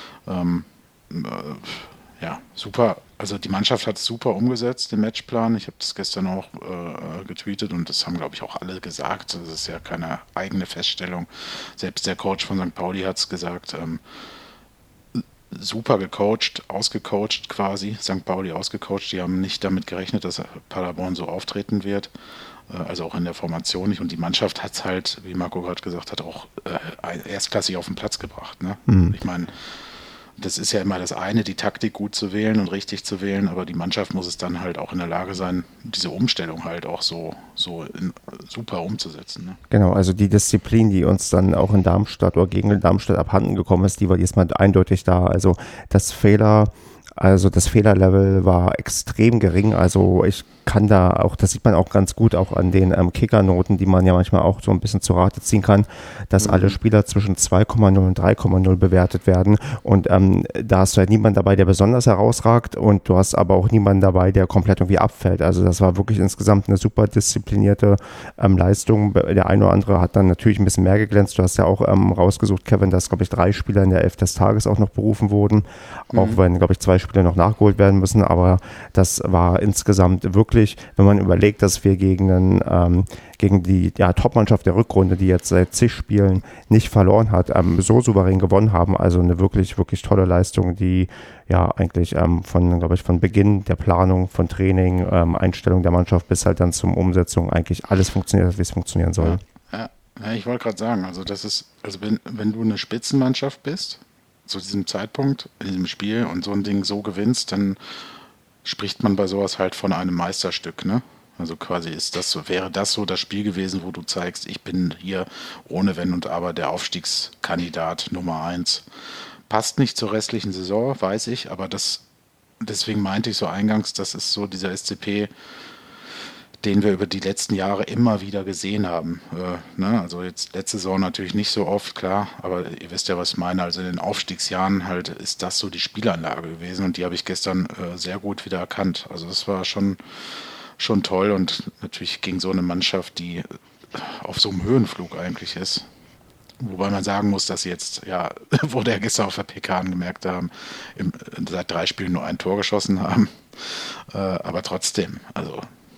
Ja, super. Also die Mannschaft hat es super umgesetzt, den Matchplan. Ich habe das gestern auch getweetet und das haben, glaube ich, auch alle gesagt. Das ist ja keine eigene Feststellung. Selbst der Coach von St. Pauli hat es gesagt. Super gecoacht, ausgecoacht quasi, St. Pauli ausgecoacht. Die haben nicht damit gerechnet, dass Paderborn so auftreten wird. Also auch in der Formation nicht. Und die Mannschaft hat es halt, wie Marco gerade gesagt hat, auch erstklassig auf den Platz gebracht. Ne? Ich meine, das ist ja immer das eine, die Taktik gut zu wählen und richtig zu wählen, aber die Mannschaft muss es dann halt auch in der Lage sein, diese Umstellung halt auch so super umzusetzen. Ne? Genau, also die Disziplin, die uns dann auch in Darmstadt oder gegen Darmstadt abhanden gekommen ist, die war diesmal eindeutig da. Also das Fehlerlevel war extrem gering. Also ich kann da auch, das sieht man auch ganz gut auch an den Kickernoten, die man ja manchmal auch so ein bisschen zu Rate ziehen kann, dass alle Spieler zwischen 2,0 und 3,0 bewertet werden. Und da hast du halt niemanden dabei, der besonders herausragt und du hast aber auch niemanden dabei, der komplett irgendwie abfällt. Also das war wirklich insgesamt eine super disziplinierte Leistung. Der eine oder andere hat dann natürlich ein bisschen mehr geglänzt. Du hast ja auch rausgesucht, Kevin, dass, glaube ich, 3 Spieler in der Elf des Tages auch noch berufen wurden. Auch wenn, glaube ich, 2 Spieler noch nachgeholt werden müssen. Aber das war insgesamt wirklich, wenn man überlegt, dass wir gegen die Top-Mannschaft der Rückrunde, die jetzt seit zig Spielen nicht verloren hat, so souverän gewonnen haben. Also eine wirklich, wirklich tolle Leistung, die ja eigentlich von Beginn der Planung, von Training, Einstellung der Mannschaft bis halt dann zum Umsetzung eigentlich alles funktioniert, wie es funktionieren soll. Ja, ich wollte gerade sagen, also das ist, also wenn du eine Spitzenmannschaft bist, zu diesem Zeitpunkt in diesem Spiel und so ein Ding so gewinnst, dann spricht man bei sowas halt von einem Meisterstück, ne? Also quasi wäre das so das Spiel gewesen, wo du zeigst, ich bin hier ohne Wenn und Aber der Aufstiegskandidat Nummer 1. Passt nicht zur restlichen Saison, weiß ich, aber deswegen meinte ich so eingangs, das ist so dieser SCP, den wir über die letzten Jahre immer wieder gesehen haben. Ne? Also jetzt letzte Saison natürlich nicht so oft, klar, aber ihr wisst ja, was ich meine. Also in den Aufstiegsjahren halt ist das so die Spielanlage gewesen und die habe ich gestern sehr gut wieder erkannt. Also das war schon toll und natürlich gegen so eine Mannschaft, die auf so einem Höhenflug eigentlich ist. Wobei man sagen muss, dass sie jetzt, ja, wurde ja gestern auf der PK angemerkt haben, seit 3 Spielen nur ein Tor geschossen haben. Aber trotzdem, also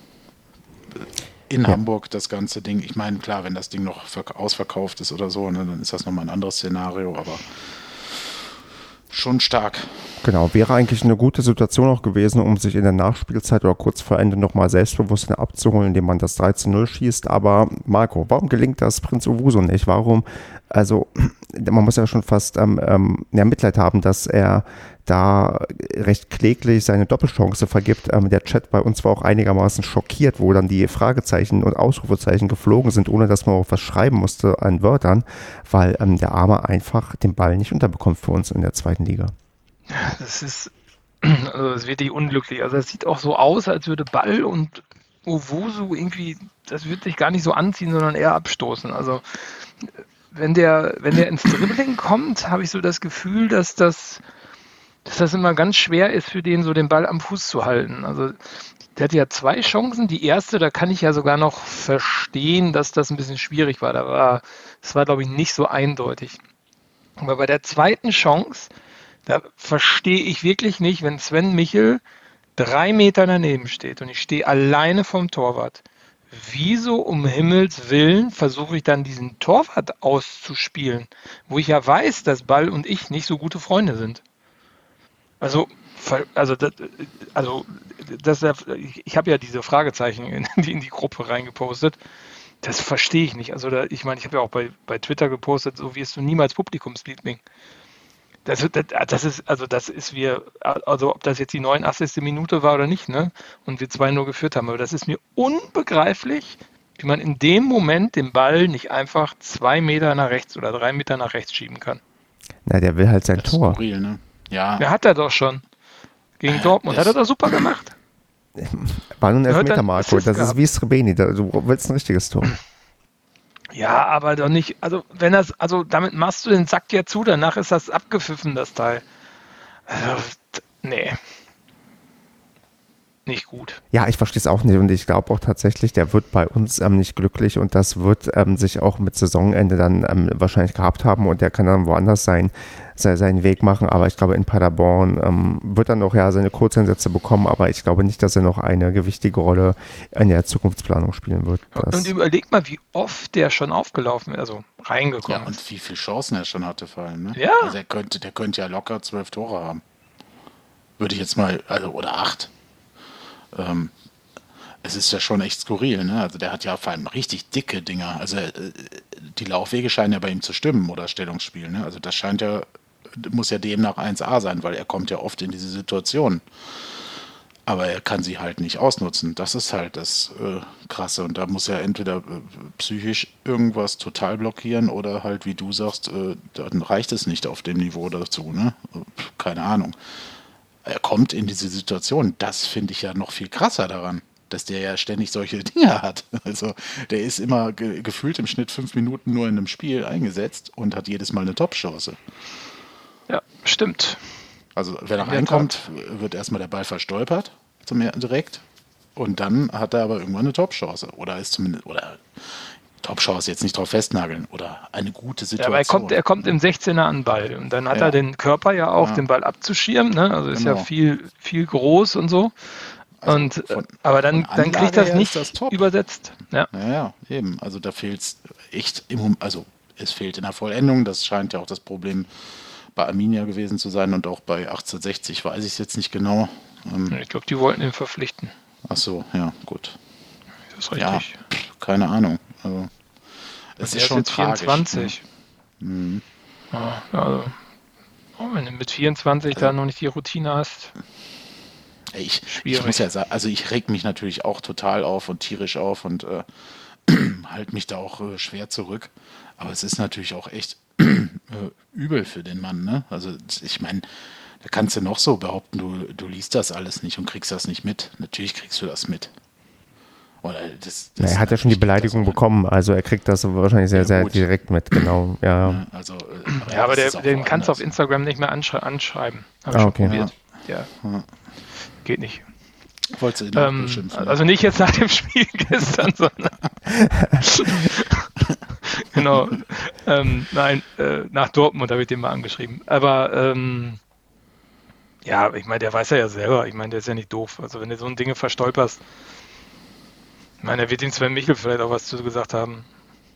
in Hamburg das ganze Ding, ich meine, klar, wenn das Ding noch ausverkauft ist oder so, ne, dann ist das nochmal ein anderes Szenario, aber schon stark. Genau, wäre eigentlich eine gute Situation auch gewesen, um sich in der Nachspielzeit oder kurz vor Ende nochmal Selbstbewusstsein abzuholen, indem man das 3:0 schießt. Aber Marco, warum gelingt das Prinz Owusu nicht? Warum, also man muss ja schon fast Mitleid haben, dass er da recht kläglich seine Doppelchance vergibt. Der Chat bei uns war auch einigermaßen schockiert, wo dann die Fragezeichen und Ausrufezeichen geflogen sind, ohne dass man auch was schreiben musste an Wörtern, weil der Arme einfach den Ball nicht unterbekommt für uns in der zweiten Liga. Das ist, also das ist wirklich unglücklich. Also es sieht auch so aus, als würde Ball und Owusu irgendwie, das wird sich gar nicht so anziehen, sondern eher abstoßen. Also wenn der ins Dribbling kommt, habe ich so das Gefühl, dass das immer ganz schwer ist für den, so den Ball am Fuß zu halten. Also der hatte ja 2 Chancen. Die erste, da kann ich ja sogar noch verstehen, dass das ein bisschen schwierig war. Das war, glaube ich, nicht so eindeutig. Aber bei der zweiten Chance, da verstehe ich wirklich nicht, wenn Sven Michel 3 Meter daneben steht und ich stehe alleine vom Torwart. Wieso um Himmels Willen versuche ich dann diesen Torwart auszuspielen, wo ich ja weiß, dass Ball und ich nicht so gute Freunde sind? Ich habe ja diese Fragezeichen in die Gruppe reingepostet. Das verstehe ich nicht. Also ich meine, ich habe ja auch bei Twitter gepostet, so wirst du niemals Publikumsliebling. Das ist ob das jetzt die 89. Minute war oder nicht, ne? Und wir 2-0 geführt haben. Aber das ist mir unbegreiflich, wie man in dem Moment den Ball nicht einfach 2 Meter nach rechts oder 3 Meter nach rechts schieben kann. Na, der will halt sein Das ist Tor. skurril, ne? Ja. Der hat er doch schon. Gegen Dortmund. Hat er doch super gemacht. War nur ein Elfmeter, dann Marco. Assist Das ist gehabt. wie Srebeni. Du willst ein richtiges Tor. Ja, aber doch nicht. Also damit machst du den Sack ja zu, danach ist das abgepfiffen, das Teil. Also, nee. Nicht gut. Ja, ich verstehe es auch nicht und ich glaube auch tatsächlich, der wird bei uns nicht glücklich und das wird sich auch mit Saisonende dann wahrscheinlich gehabt haben und der kann dann woanders seinen Weg machen, aber ich glaube in Paderborn wird er noch seine Kurzeinsätze bekommen, aber ich glaube nicht, dass er noch eine gewichtige Rolle in der Zukunftsplanung spielen wird. Und überleg mal, wie oft der schon aufgelaufen ist, also reingekommen Ja, und wie viele Chancen er schon hatte vor allem. Ne? Ja. Also der könnte ja locker 12 Tore haben. Würde ich jetzt mal, oder 8. Es ist ja schon echt skurril, ne? Also der hat ja vor allem richtig dicke Dinger. Also die Laufwege scheinen ja bei ihm zu stimmen oder Stellungsspiel, ne? Also das muss ja demnach 1A sein, weil er kommt ja oft in diese Situation. Aber er kann sie halt nicht ausnutzen. Das ist halt das Krasse. Und da muss er entweder psychisch irgendwas total blockieren oder halt, wie du sagst, dann reicht es nicht auf dem Niveau dazu, ne? Keine Ahnung. Er kommt in diese Situation. Das finde ich ja noch viel krasser daran, dass der ja ständig solche Dinge hat. Also der ist immer gefühlt im Schnitt 5 Minuten nur in einem Spiel eingesetzt und hat jedes Mal eine Top-Chance. Ja, stimmt. Also wenn er reinkommt, wird erstmal der Ball verstolpert, direkt. Und dann hat er aber irgendwann eine Top-Chance. Oder Top-Chance jetzt nicht drauf festnageln. Oder eine gute Situation. Ja, aber er kommt im 16er an den Ball. Und dann hat er den Körper ja auch, den Ball abzuschirmen. Ne? Also ist ja viel, viel groß und so. Also aber dann kriegt das nicht übersetzt. Ja, eben. Also da fehlt es echt also es fehlt in der Vollendung. Das scheint ja auch das Problem bei Arminia gewesen zu sein und auch bei 1860 weiß ich es jetzt nicht genau. Ich glaube, die wollten ihn verpflichten. Ach so, ja, gut. Das ist richtig. Ja, keine Ahnung. Also, es ist schon jetzt tragisch. 24. Mhm. Also, wenn du mit 24 da noch nicht die Routine hast. Ich muss ja sagen, also ich reg mich natürlich auch total auf und tierisch auf und halte mich da auch schwer zurück. Aber es ist natürlich auch echt übel für den Mann, ne? Also ich meine, da kannst du noch so behaupten, du liest das alles nicht und kriegst das nicht mit. Natürlich kriegst du das mit. Oder er hat ja schon die Beleidigung bekommen, also er kriegt das wahrscheinlich sehr, sehr direkt mit, genau. Ja, also, aber den kannst du auf Instagram nicht mehr anschreiben. Habe ich schon probiert. Ja. Geht nicht. Wolltest du ihn auch beschimpfen? Also nicht jetzt nach dem Spiel gestern, sondern genau. Nein, nach Dortmund habe ich den mal angeschrieben. Aber ja, ich meine, der weiß ja selber. Ich meine, der ist ja nicht doof. Also wenn du so ein Ding verstolperst, ich meine, da wird ihm Sven Michel vielleicht auch was zu gesagt haben.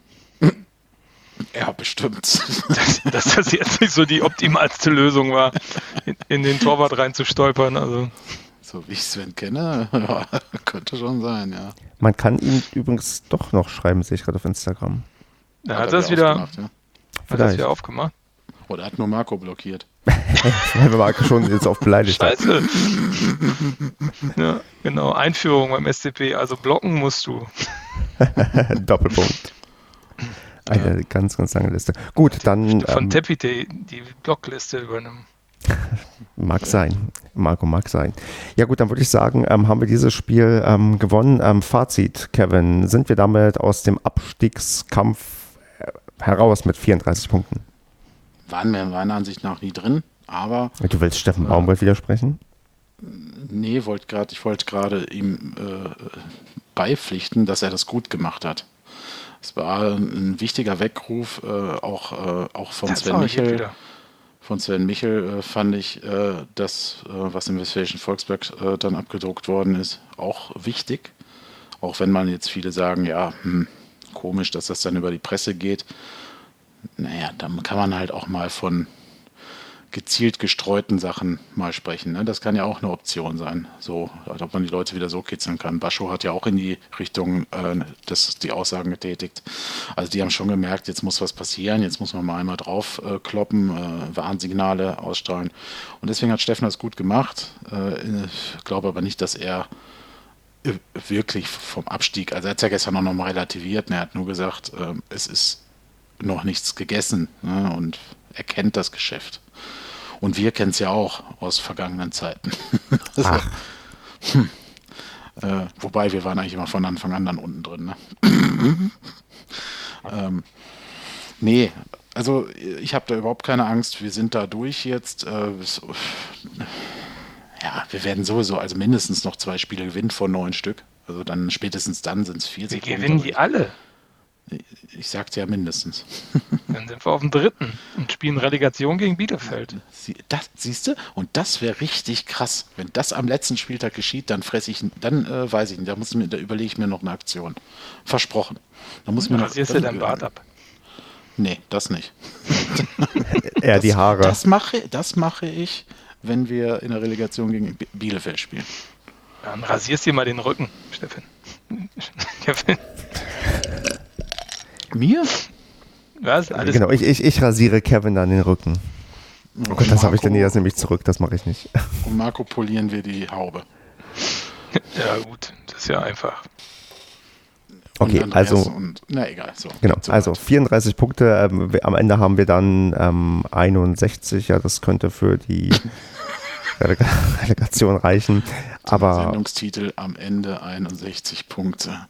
Ja, bestimmt. Dass das jetzt nicht so die optimalste Lösung war, in den Torwart reinzustolpern. Also. So wie ich Sven kenne, ja, könnte schon sein, ja. Man kann ihn übrigens doch noch schreiben, sehe ich gerade auf Instagram. Da hat er das wieder aufgemacht. Oder hat nur Marco blockiert. Weil Marco schon jetzt auf beleidigt hat. Scheiße. Ja, genau. Einführung beim SCP. Also blocken musst du. Doppelpunkt. Eine ganz, ganz lange Liste. Gut, dann... Von Teppi die Blockliste übernommen. Mag sein. Marco, mag sein. Ja gut, dann würde ich sagen, haben wir dieses Spiel gewonnen. Fazit, Kevin, sind wir damit aus dem Abstiegskampf heraus mit 34 Punkten? Waren wir meiner Ansicht nach nie drin, aber... Du willst Steffen Baumgart widersprechen? Nee, ich wollte gerade ihm beipflichten, dass er das gut gemacht hat. Es war ein wichtiger Weckruf, auch von Sven Michel. Von Sven Michel fand ich das, was im Westfälischen Volksblatt dann abgedruckt worden ist, auch wichtig. Auch wenn man jetzt viele sagen, ja, komisch, dass das dann über die Presse geht. Naja, dann kann man halt auch mal von gezielt gestreuten Sachen mal sprechen. Ne? Das kann ja auch eine Option sein. So, als ob man die Leute wieder so kitzeln kann. Bascho hat ja auch in die Richtung die Aussagen getätigt. Also die haben schon gemerkt, jetzt muss was passieren, jetzt muss man mal einmal drauf kloppen, Warnsignale ausstrahlen. Und deswegen hat Steffen das gut gemacht. Ich glaube aber nicht, dass er wirklich vom Abstieg, also er hat es ja gestern auch nochmal relativiert, er hat nur gesagt, es ist noch nichts gegessen, ne? Und er kennt das Geschäft. Und wir kennen es ja auch aus vergangenen Zeiten. Also, wobei, wir waren eigentlich immer von Anfang an dann unten drin. Ne? Nee, also ich habe da überhaupt keine Angst. Wir sind da durch jetzt. Ja, wir werden sowieso also mindestens noch 2 Spiele gewinnen von 9 Stück. Also dann spätestens dann sind es 40 Punkte. Wir gewinnen die alle. Ich sagte ja mindestens. Dann sind wir auf dem 3. und spielen Relegation gegen Bielefeld. Siehst du? Und das wäre richtig krass. Wenn das am letzten Spieltag geschieht, dann weiß ich nicht, da überlege ich mir noch eine Aktion. Versprochen. Rasierst du dein Bart ab? Nee, das nicht. Eher die Haare. Das mache ich, wenn wir in der Relegation gegen Bielefeld spielen. Dann rasierst du dir mal den Rücken, Steffen. Mir? Was? Alles genau, ich rasiere Kevin dann den Rücken. Oh Gott, das habe ich dann jetzt nämlich zurück, das mache ich nicht. Und Marco polieren wir die Haube. Ja gut, das ist ja einfach. Okay, also egal. So, genau, also 34 Punkte, am Ende haben wir dann 61, ja, das könnte für die Relegation reichen. Aber Sendungstitel am Ende 61 Punkte.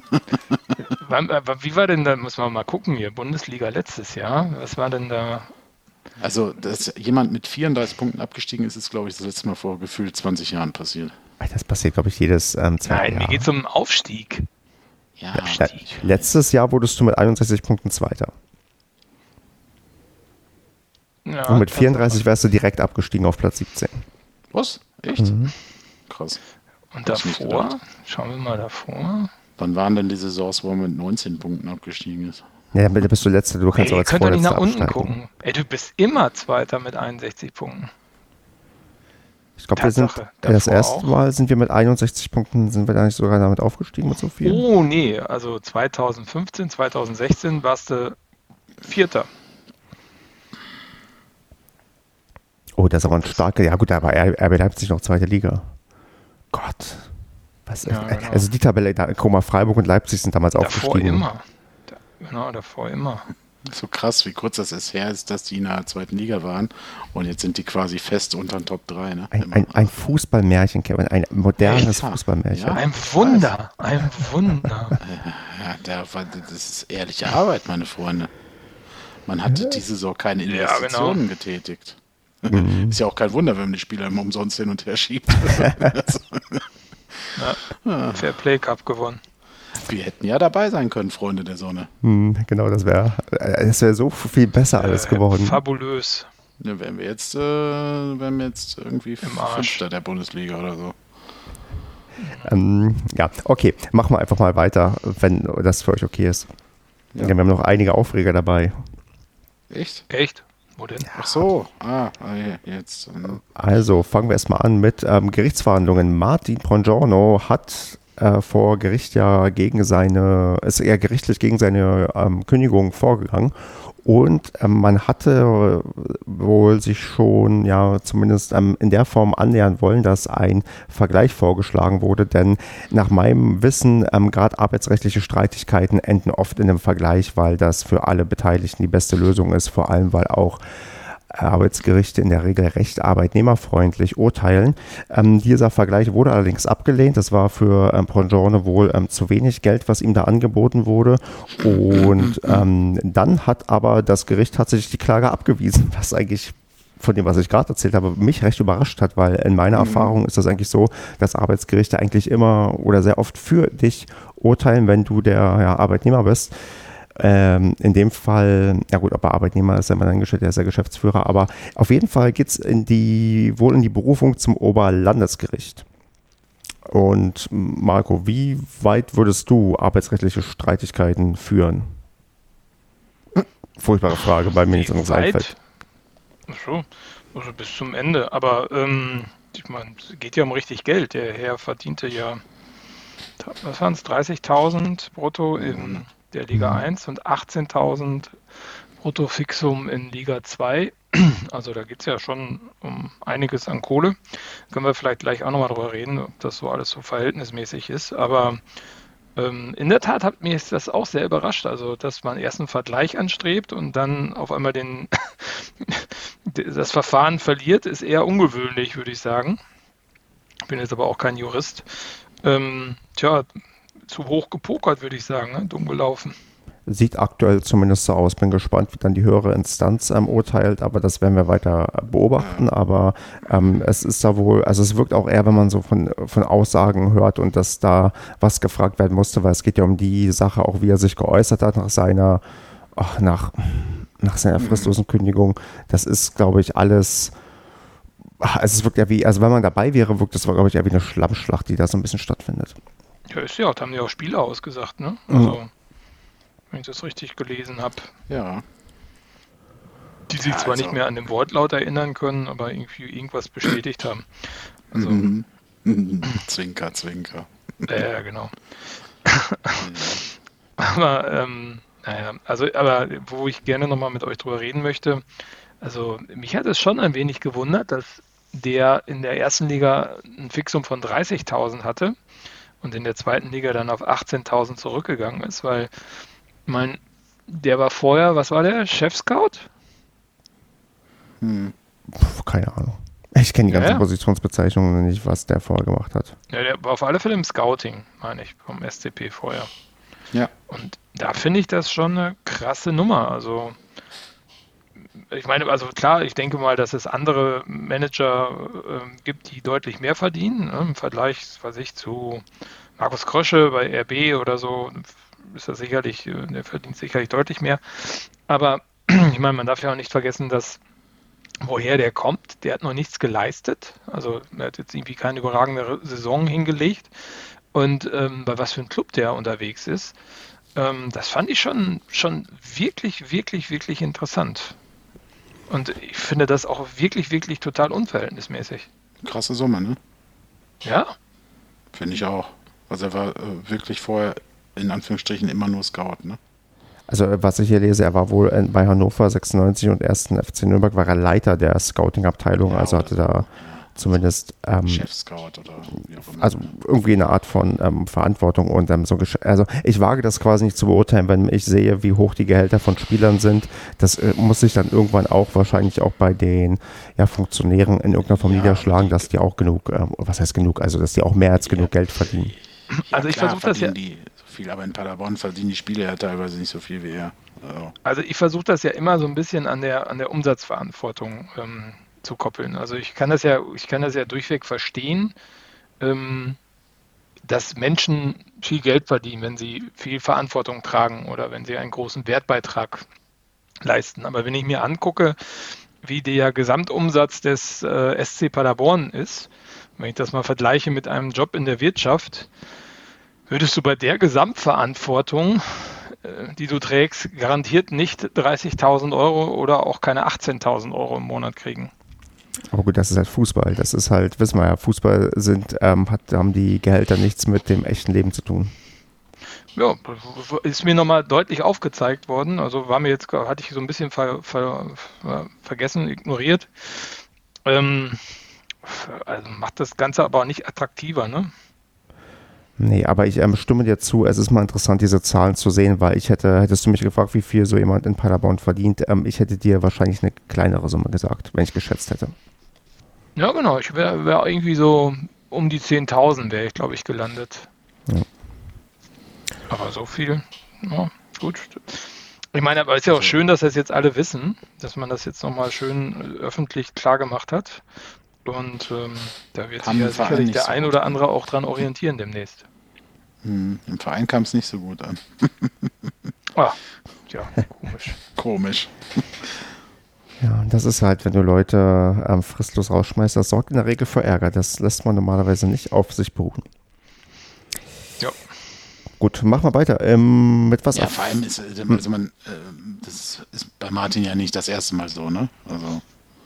Wie war denn da, muss man mal gucken hier, Bundesliga letztes Jahr, was war denn da? Also, dass jemand mit 34 Punkten abgestiegen ist, ist, glaube ich, das letzte Mal vor gefühlt 20 Jahren passiert. Das passiert, glaube ich, jedes zweite Jahr. Nein, mir geht es um Aufstieg. Ja, letztes Jahr wurdest du mit 61 Punkten Zweiter. Ja, und mit 34 wärst du direkt abgestiegen auf Platz 17. Was? Echt? Mhm. Krass. Und davor? Schauen wir mal davor. Wann waren denn die Saisons, wo man mit 19 Punkten abgestiegen ist? Ja, da bist du Letzter, du kannst aber als Vorletzter nicht nach unten absteigen. Gucken. Du bist immer Zweiter mit 61 Punkten. Ich glaube, wir sind das erste Mal sind wir mit 61 Punkten, sind wir da nicht sogar damit aufgestiegen mit so viel? Oh nee, also 2015, 2016 warst du Vierter. Oh, das ist aber ein starker, ja gut, aber RB Leipzig noch 2. Liga. Gott. Ja, genau. Also die Tabelle, Freiburg und Leipzig sind damals aufgestiegen. Davor immer. So krass, wie kurz das her ist, dass die in der zweiten Liga waren und jetzt sind die quasi fest unter den Top 3. Ne? Ein Fußballmärchen, Kevin, ein modernes Echt? Fußballmärchen. Ja. Ein Wunder, ein Wunder. Ja, das ist ehrliche Arbeit, meine Freunde. Man hat diese Saison keine Investitionen getätigt. Ist ja auch kein Wunder, wenn man die Spieler immer umsonst hin und her schiebt. Fair Play Cup gewonnen. Wir hätten ja dabei sein können, Freunde der Sonne. Genau, das wäre so viel besser alles geworden. Fabulös. Ja, wären wir jetzt irgendwie Im Arsch. Fünfter der Bundesliga oder so. Ja, okay, machen wir einfach mal weiter, wenn das für euch okay ist. Ja. Wir haben noch einige Aufreger dabei. Echt? Wo denn? Ach so. Jetzt. Also fangen wir erstmal an mit Gerichtsverhandlungen. Martin Prongiorno hat vor Gericht ist gerichtlich gegen seine Kündigung vorgegangen. Und man hatte wohl sich schon zumindest in der Form annähern wollen, dass ein Vergleich vorgeschlagen wurde. Denn nach meinem Wissen, gerade arbeitsrechtliche Streitigkeiten enden oft in einem Vergleich, weil das für alle Beteiligten die beste Lösung ist. Vor allem, weil auch Arbeitsgerichte in der Regel recht arbeitnehmerfreundlich urteilen. Dieser Vergleich wurde allerdings abgelehnt. Das war für Prongiorno wohl zu wenig Geld, was ihm da angeboten wurde. Und dann hat aber das Gericht tatsächlich die Klage abgewiesen, was eigentlich von dem, was ich gerade erzählt habe, mich recht überrascht hat, weil in meiner Erfahrung ist das eigentlich so, dass Arbeitsgerichte eigentlich immer oder sehr oft für dich urteilen, wenn du der Arbeitnehmer bist. In dem Fall, ja gut, ob er Arbeitnehmer ist, sei mal eingestellt, er ist ja Geschäftsführer, aber auf jeden Fall geht es wohl in die Berufung zum Oberlandesgericht. Und Marco, wie weit würdest du arbeitsrechtliche Streitigkeiten führen? Furchtbare Frage, weil mir nichts anderes einfällt. So, also bis zum Ende, aber ich meine, es geht ja um richtig Geld. Der Herr verdiente ja, was waren es, 30.000 brutto in der Liga 1 und 18.000 brutto Fixum in Liga 2. Also da geht es ja schon um einiges an Kohle. Können wir vielleicht gleich auch nochmal drüber reden, ob das so alles so verhältnismäßig ist. Aber in der Tat hat mich das auch sehr überrascht. Also, dass man erst einen Vergleich anstrebt und dann auf einmal das Verfahren verliert, ist eher ungewöhnlich, würde ich sagen. Ich bin jetzt aber auch kein Jurist. Zu hoch gepokert, würde ich sagen, ne? Dumm gelaufen. Sieht aktuell zumindest so aus. Bin gespannt, wie dann die höhere Instanz urteilt, aber das werden wir weiter beobachten. Aber es ist da wohl, also es wirkt auch eher, wenn man so von Aussagen hört und dass da was gefragt werden musste, weil es geht ja um die Sache, auch wie er sich geäußert hat nach seiner fristlosen Kündigung. Das ist, glaube ich, alles. Es wirkt ja wie, also wenn man dabei wäre, wirkt es, glaube ich, eher wie eine Schlammschlacht, die da so ein bisschen stattfindet. Ja, ist ja auch, da haben die auch Spieler ausgesagt, ne? Also, wenn ich das richtig gelesen habe. Ja. Die sich zwar nicht mehr an den Wortlaut erinnern können, aber irgendwie irgendwas bestätigt haben. Also, Zwinker, Zwinker. Ja, genau. Aber, aber wo ich gerne nochmal mit euch drüber reden möchte, also mich hat es schon ein wenig gewundert, dass der in der ersten Liga ein Fixum von 30.000 hatte und in der zweiten Liga dann auf 18.000 zurückgegangen ist, weil, ich meine, der war vorher, was war der? Chef-Scout? Keine Ahnung. Ich kenne die ganzen Positionsbezeichnungen nicht, was der vorher gemacht hat. Ja, der war auf alle Fälle im Scouting, meine ich, vom SCP vorher. Ja. Und da finde ich das schon eine krasse Nummer. Also, ich meine, also klar, ich denke mal, dass es andere Manager gibt, die deutlich mehr verdienen. Ne? Im Vergleich, weiß ich, zu Markus Krösche bei RB oder so, ist das sicherlich, der verdient sicherlich deutlich mehr. Aber ich meine, man darf ja auch nicht vergessen, dass woher der kommt, der hat noch nichts geleistet. Also er hat jetzt irgendwie keine überragende Saison hingelegt. Und bei was für einem Club der unterwegs ist, das fand ich schon wirklich, wirklich, wirklich interessant. Und ich finde das auch wirklich, wirklich total unverhältnismäßig. Krasse Summe, ne? Ja. Finde ich auch. Also er war wirklich vorher in Anführungsstrichen immer nur Scout, ne? Also was ich hier lese, er war wohl bei Hannover 96 und 1. FC Nürnberg war er Leiter der Scouting-Abteilung, also hatte da zumindest Chef-Scout oder wie auch immer. also irgendwie eine Art von Verantwortung und also ich wage das quasi nicht zu beurteilen, wenn ich sehe, wie hoch die Gehälter von Spielern sind. Das muss sich dann irgendwann auch wahrscheinlich auch bei den Funktionären in irgendeiner Form niederschlagen, dass die auch genug, was heißt genug, also dass die auch mehr als genug Geld verdienen. Ja, Also ich klar, versuche das ja. verdienen die so viel, aber in Paderborn verdienen die Spieler ja teilweise nicht so viel wie er. Also ich versuche das ja immer so ein bisschen an der Umsatzverantwortung zu koppeln. Also ich kann das ja durchweg verstehen, dass Menschen viel Geld verdienen, wenn sie viel Verantwortung tragen oder wenn sie einen großen Wertbeitrag leisten. Aber wenn ich mir angucke, wie der Gesamtumsatz des SC Paderborn ist, wenn ich das mal vergleiche mit einem Job in der Wirtschaft, würdest du bei der Gesamtverantwortung, die du trägst, garantiert nicht 30.000 Euro oder auch keine 18.000 Euro im Monat kriegen. Aber gut, das ist halt Fußball. Das ist halt, wissen wir ja, Fußball haben die Gehälter nichts mit dem echten Leben zu tun. Ja, ist mir nochmal deutlich aufgezeigt worden. Also hatte ich so ein bisschen vergessen, ignoriert. Also macht das Ganze aber auch nicht attraktiver, ne? Nee, aber ich stimme dir zu, es ist mal interessant, diese Zahlen zu sehen, weil hättest du mich gefragt, wie viel so jemand in Paderborn verdient, ich hätte dir wahrscheinlich eine kleinere Summe gesagt, wenn ich geschätzt hätte. Ja, genau. Ich wäre irgendwie so um die 10.000 wäre ich, glaube ich, gelandet. Ja. Aber so viel, ja, gut. Ich meine, aber es ist ja auch schön, dass das jetzt alle wissen, dass man das jetzt nochmal schön öffentlich klar gemacht hat. Und da wird sich ja sicherlich der ein oder andere auch dran orientieren demnächst. Im Verein kam es nicht so gut an. Ja, komisch. Komisch. Ja, das ist halt, wenn du Leute fristlos rausschmeißt, das sorgt in der Regel für Ärger. Das lässt man normalerweise nicht auf sich beruhen. Ja. Gut, machen wir weiter. Mit was? Ja, vor allem das ist bei Martin ja nicht das erste Mal so, ne? Also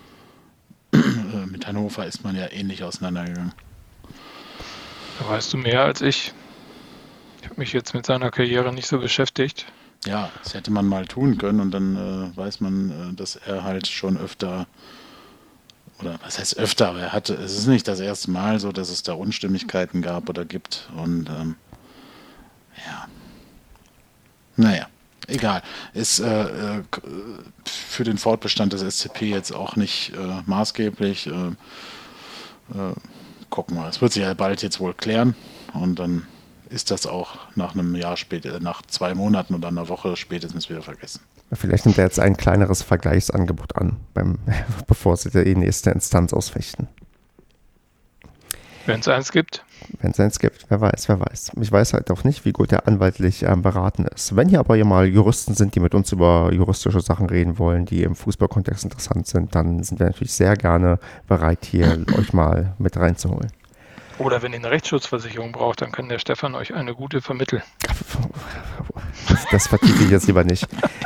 mit Hannover ist man ja ähnlich auseinandergegangen. Da weißt du mehr als ich. Ich habe mich jetzt mit seiner Karriere nicht so beschäftigt. Ja, das hätte man mal tun können und dann weiß man, dass er halt schon öfter, oder was heißt öfter, aber es ist nicht das erste Mal so, dass es da Unstimmigkeiten gab oder gibt und ja, naja, egal. Ist für den Fortbestand des SCP jetzt auch nicht maßgeblich. Gucken wir, es wird sich ja bald jetzt wohl klären und dann ist das auch nach einem Jahr später, nach 2 Monaten oder einer Woche spätestens wieder vergessen. Vielleicht nimmt er jetzt ein kleineres Vergleichsangebot an, bevor sie die nächste Instanz ausfechten. Wenn es eins gibt. Wenn es eins gibt, wer weiß. Ich weiß halt auch nicht, wie gut er anwaltlich beraten ist. Wenn hier aber mal Juristen sind, die mit uns über juristische Sachen reden wollen, die im Fußballkontext interessant sind, dann sind wir natürlich sehr gerne bereit, hier euch mal mit reinzuholen. Oder wenn ihr eine Rechtsschutzversicherung braucht, dann kann der Stefan euch eine gute vermitteln. Das vertiefe ich jetzt lieber nicht.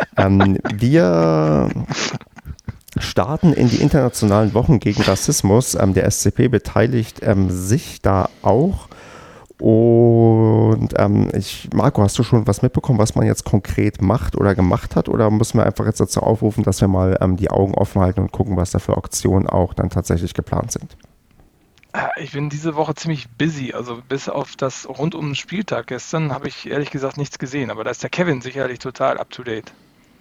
Wir starten in die internationalen Wochen gegen Rassismus. Der SCP beteiligt sich da auch. Und Marco, hast du schon was mitbekommen, was man jetzt konkret macht oder gemacht hat? Oder müssen wir einfach jetzt dazu aufrufen, dass wir mal die Augen offen halten und gucken, was da für Auktionen auch dann tatsächlich geplant sind? Ich bin diese Woche ziemlich busy, also bis auf das rund um den Spieltag gestern habe ich ehrlich gesagt nichts gesehen, aber da ist der Kevin sicherlich total up to date.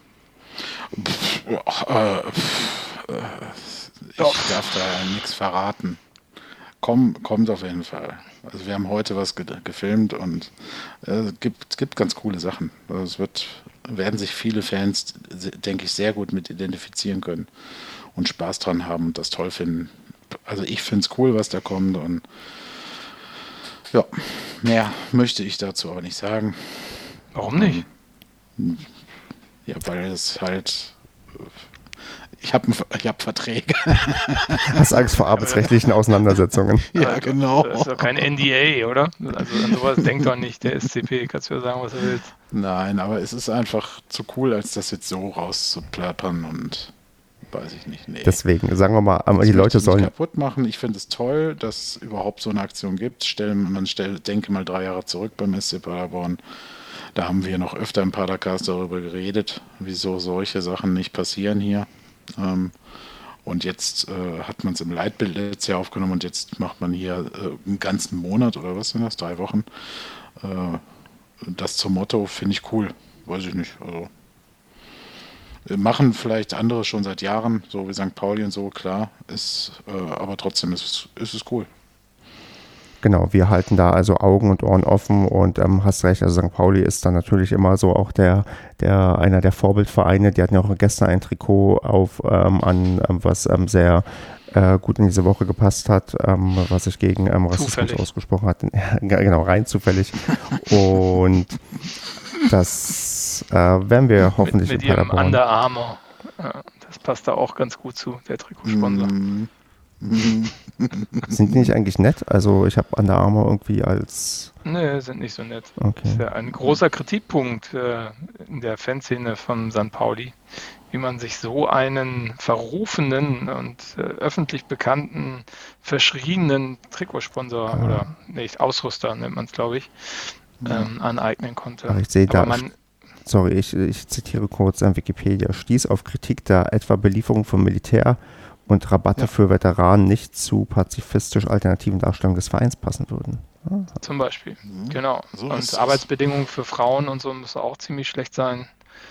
Ich darf da nichts verraten. Kommt auf jeden Fall. Also wir haben heute was gefilmt und es gibt ganz coole Sachen. Also werden sich viele Fans, denke ich, sehr gut mit identifizieren können und Spaß dran haben und das toll finden. Also ich finde es cool, was da kommt und ja, mehr möchte ich dazu aber nicht sagen. Warum nicht? Ja, weil es halt ich hab Verträge. Hast Angst vor arbeitsrechtlichen Auseinandersetzungen. Ja, genau. Das ist doch kein NDA, oder? Also an sowas denkt doch nicht der SCP. Kannst du ja sagen, was du willst. Nein, aber es ist einfach zu cool, als das jetzt so rauszuplappern und weiß ich nicht. Nee. Deswegen, sagen wir mal, die Leute sollen kaputt machen. Ich finde es toll, dass es überhaupt so eine Aktion gibt. Denke mal 3 Jahre zurück beim SC Paderborn. Da haben wir noch öfter im Padercast darüber geredet, wieso solche Sachen nicht passieren hier. Und jetzt hat man es im Leitbild letztes Jahr aufgenommen und jetzt macht man hier einen ganzen Monat oder was sind das, 3 Wochen. Das zum Motto finde ich cool. Weiß ich nicht. Also machen vielleicht andere schon seit Jahren, so wie St. Pauli und so, klar. Aber trotzdem ist es cool. Genau, wir halten da also Augen und Ohren offen und hast recht, also St. Pauli ist dann natürlich immer so auch einer der Vorbildvereine, die hatten ja auch gestern ein Trikot auf was sehr gut in diese Woche gepasst hat, was sich gegen Rassismus Zufällig. ausgesprochen hat. Ja, genau, rein zufällig. Und das werden wir hoffentlich mit in ihrem Paderborn. Under Armour. Das passt da auch ganz gut zu, der Trikotsponsor. Sind die nicht eigentlich nett? Also ich habe Under Armour irgendwie als... Nee, sind nicht so nett. Okay. Das ist ja ein großer Kritikpunkt in der Fanszene von St. Pauli, wie man sich so einen verrufenen und öffentlich bekannten, verschriebenen Trikotsponsor oder nicht, Ausrüster nennt man es, glaube ich, aneignen konnte. Aber ich sehe da... man, Sorry, ich zitiere kurz an Wikipedia. Stieß auf Kritik, da etwa Belieferung vom Militär und Rabatte für Veteranen nicht zu pazifistisch alternativen Darstellungen des Vereins passen würden. zum Beispiel, genau. So Und ist es. Arbeitsbedingungen für Frauen und so müssen auch ziemlich schlecht sein.